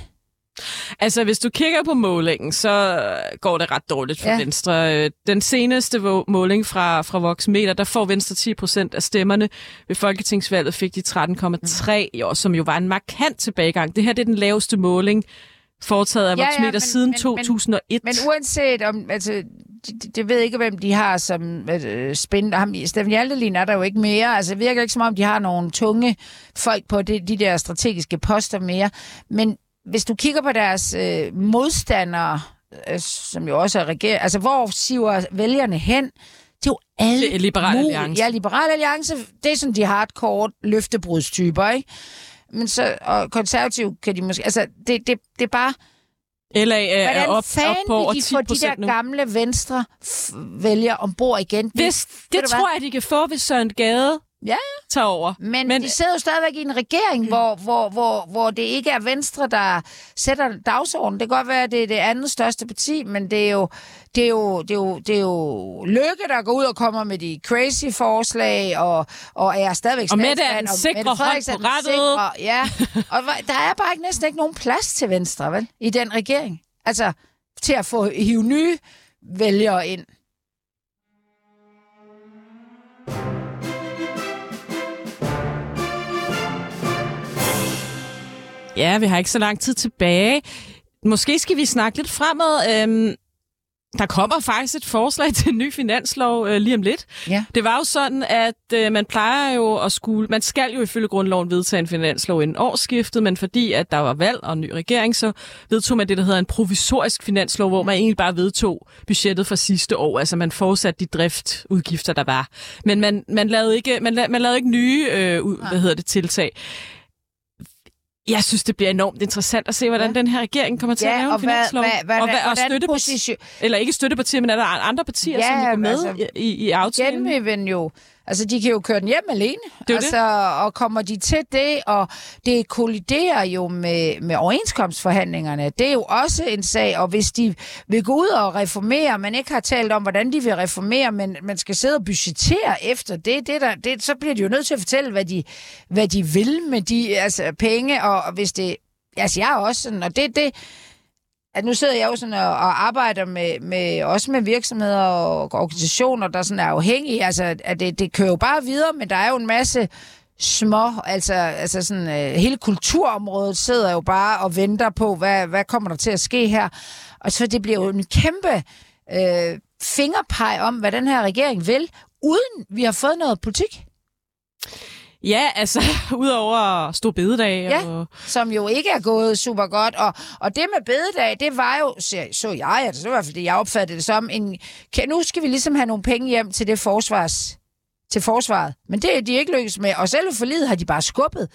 Altså, hvis du kigger på målingen, så går det ret dårligt for ja. Venstre. Den seneste måling fra, fra Voxmeter, der får Venstre ti procent af stemmerne. Ved folketingsvalget fik de tretten komma tre i år, som jo var en markant tilbagegang. Det her det er den laveste måling foretaget af ja, Voxmeter ja, men, siden men, to tusind og et. Men, men uanset om... Altså, det de ved ikke, hvem de har som øh, spændende. Ham, Steffen Hjaltelin er der jo ikke mere. Altså, det virker ikke som om, de har nogle tunge folk på det, de der strategiske poster mere. Men hvis du kigger på deres øh, modstandere, øh, som jo også er regering, altså hvor siver vælgerne hen? Det er jo alle det er Liberal Alliance. Ja, Liberal Alliance, det er sådan de hardcore løftebrudstyper, ikke? Men så, og konservativ kan de måske, altså det, det, det er bare... L A er Hvordan op, op på over de ti får procent de der nu. gamle venstre vælger ombord igen? Hvis, det det tror jeg, de kan få, hvis Søren Gade ja. tager over. Men, Men de sidder jo stadigvæk i en regering, hvor, hvor, hvor, hvor det ikke er Venstre, der sætter dagsordenen. Det kan godt være, at det er det andet største parti, men det er jo, det er jo, det er jo, det er jo Løkke, der går ud og kommer med de crazy forslag, og, og er stadigvæk og med det er den sikre hånd på rettet. Ja, og der er bare ikke, næsten ikke nogen plads til Venstre, vel, i den regering. Altså, til at få hive nye vælgere ind. Ja, vi har ikke så lang tid tilbage. Måske skal vi snakke lidt fremad. Øhm, der kommer faktisk et forslag til en ny finanslov øh, lige om lidt. Ja. Det var jo sådan, at øh, man plejer jo at skulle... Man skal jo ifølge grundloven vedtage en finanslov inden årsskiftet, men fordi at der var valg og en ny regering, så vedtog man det, der hedder en provisorisk finanslov, hvor man egentlig bare vedtog budgettet for sidste år. Altså man fortsatte de driftudgifter, der var. Men man, man, lavede, ikke, man, la, man lavede ikke nye øh, ud, hvad hedder det, tiltag. Jeg synes, det bliver enormt interessant at se, hvordan ja. den her regering kommer til ja, at lave en finanslov. Hvad, hvad, og hvad, og støttepartier... position... Eller ikke støttepartier, men er der andre partier, ja, som vil gå med altså, i, i aftalen? Genvind jo. Altså, de kan jo køre den hjem alene. Det altså, det. Og kommer de til det, og det kolliderer jo med, med overenskomstforhandlingerne. Det er jo også en sag, og hvis de vil gå ud og reformere, man ikke har talt om, hvordan de vil reformere, men man skal sidde og budgettere efter det, det, der, det så bliver de jo nødt til at fortælle, hvad de, hvad de vil med de altså, penge, og, og hvis det... Altså, jeg er også sådan, og det... det at nu sidder jeg jo sådan og, og arbejder med, med, også med virksomheder og organisationer, der sådan er afhængige. Altså, at det, det kører jo bare videre, men der er jo en masse små, altså, altså sådan, uh, hele kulturområdet sidder jo bare og venter på, hvad, hvad kommer der til at ske her. Og så det bliver jo en kæmpe uh, fingerpeg om, hvad den her regering vil, uden vi har fået noget politik. Ja, altså, udover stor bededag. Ja, og... som jo ikke er gået super godt. Og, og det med bededag, det var jo, så, så jeg, altså, det var i hvert fald det, jeg opfattede det som, en, nu skal vi ligesom have nogle penge hjem til det forsvars, til forsvaret. Men det er de ikke lykkes med, og selve forliget har de bare skubbet.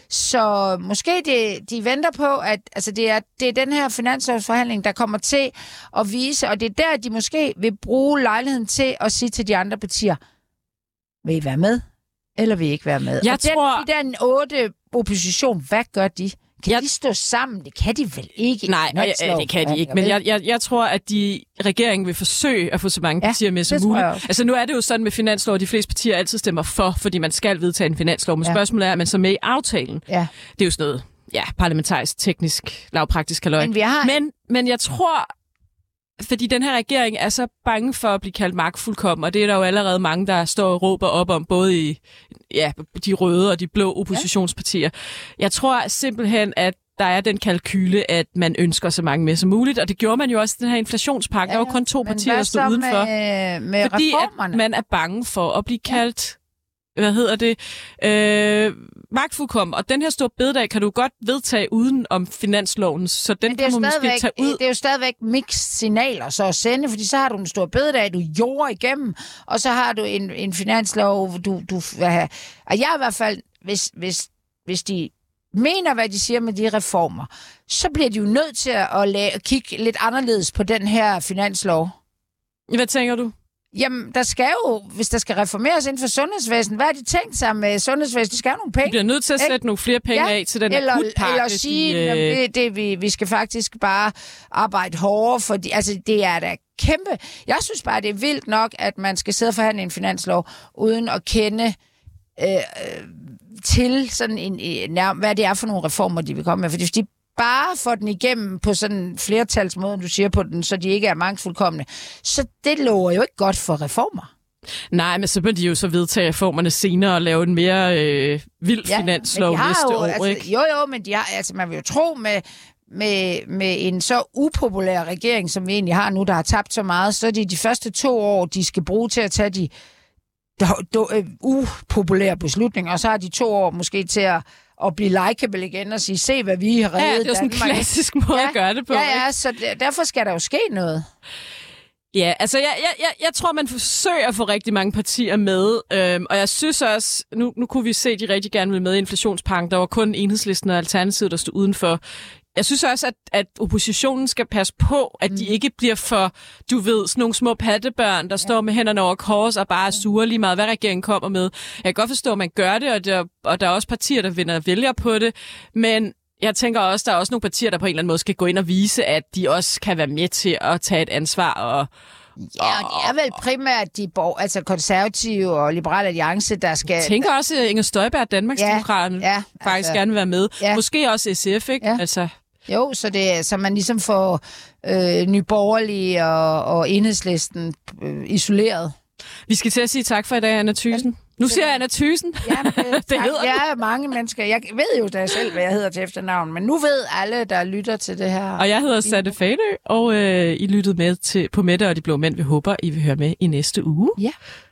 Så måske de, de venter på, at altså det, er, det er den her finanslovsforhandling, der kommer til at vise, og det er der, de måske vil bruge lejligheden til at sige til de andre partier, vil I være med? Eller vil I ikke være med? Jeg og tror... den, den otte opposition, hvad gør de? Kan jeg... de stå sammen? Det kan de vel ikke? Nej, nej ja, det kan de ikke. Men jeg, jeg, jeg tror, at de regeringen vil forsøge at få så mange partier ja, med som muligt. Altså nu er det jo sådan med finanslov, at de fleste partier altid stemmer for, fordi man skal vedtage en finanslov. Men ja. spørgsmålet er, at man så med i aftalen. Ja. Det er jo sådan noget ja, parlamentarisk, teknisk, lavpraktisk halløj. Men, vi har... men, men jeg tror... Fordi den her regering er så bange for at blive kaldt magtfuldkommen, og det er der jo allerede mange, der står og råber op om, både i ja, de røde og de blå oppositionspartier. Jeg tror simpelthen, at der er den kalkyle, at man ønsker så mange med som muligt, og det gjorde man jo også i den her inflationspakke. Ja, der var kun to partier, der stod udenfor. Med, med fordi at man er bange for at blive kaldt... hvad hedder det, øh, magtfuldkommen. Og den her store bededag kan du godt vedtage uden om finansloven, så den kan man måske tage ud. Det er jo stadigvæk mixed signaler så at sende, fordi så har du en stor bededag, du jorder igennem, og så har du en, en finanslov, du, du vil have. Og jeg i hvert fald, hvis, hvis, hvis de mener, hvad de siger med de reformer, så bliver de jo nødt til at, lave, at kigge lidt anderledes på den her finanslov. Hvad tænker du? Jamen, der skal jo, hvis der skal reformeres inden for sundhedsvæsenet, hvad har de tænkt sig med sundhedsvæsenet? De skal have nogle penge. De bliver nødt til at sætte ikke? nogle flere penge ja, af til den eller, akutpakke. Eller sige, de, øh... det, det, vi, vi skal faktisk bare arbejde hårdere, for de, altså, det er da kæmpe. Jeg synes bare, det er vildt nok, at man skal sidde og forhandle en finanslov, uden at kende øh, til sådan en, en, hvad det er for nogle reformer, de vil komme med. Fordi hvis de bare får den igennem på sådan en flertalsmåde, du siger på den, så de ikke er magtfuldkomne, så det lover jo ikke godt for reformer. Nej, men så må de jo så vedtage reformerne senere og lave en mere øh, vild ja, finanslov næste jo, år, altså, ikke? Jo, jo, men de har, altså, man vil jo tro med, med, med en så upopulær regering, som vi egentlig har nu, der har tabt så meget, så er det de første to år, de skal bruge til at tage de upopulære beslutninger, og så har de to år måske til at og blive likeable igen og sige, se hvad vi har reddet Danmark. Ja, det er sådan en klassisk måde ja, at gøre det på. Ja, ja, så derfor skal der jo ske noget. Ja, altså jeg, jeg, jeg, jeg tror, man forsøger at få rigtig mange partier med, øhm, og jeg synes også, nu, nu kunne vi se, at de rigtig gerne vil med i inflationspakken. Der var kun Enhedslisten og Alternativet, der stod udenfor. Jeg synes også, at, at oppositionen skal passe på, at de ikke bliver for, du ved, sådan nogle små pattebørn, der ja. står med hænderne over kors og bare er sure lige meget, hvad regeringen kommer med. Jeg kan godt forstå, at man gør det, og der, og der er også partier, der vinder vælger på det, men jeg tænker også, der er også nogle partier, der på en eller anden måde skal gå ind og vise, at de også kan være med til at tage et ansvar og... Ja, og det er vel primært de borg, altså konservative og liberale alliance, der skal... Jeg tænker også, at Inger Støjberg, Danmarksdemokraterne, ja, ja, faktisk altså, gerne vil være med. Ja. Måske også S F, ikke? Ja. Altså... Jo, så, det, så man ligesom får øh, Nye Borgerlige og, og Enhedslisten øh, isoleret. Vi skal til at sige tak for i dag, Anna Thyssen. Nu siger jeg Anna Thyssen. Jamen, det, det hedder jeg er mange mennesker. Jeg ved jo da selv, hvad jeg hedder til efternavn, men nu ved alle, der lytter til det her. Og jeg hedder Sanne Fanø, og øh, I lyttede med til, på Mette og de Blå Mænd. Vi håber, I vil høre med i næste uge. Ja.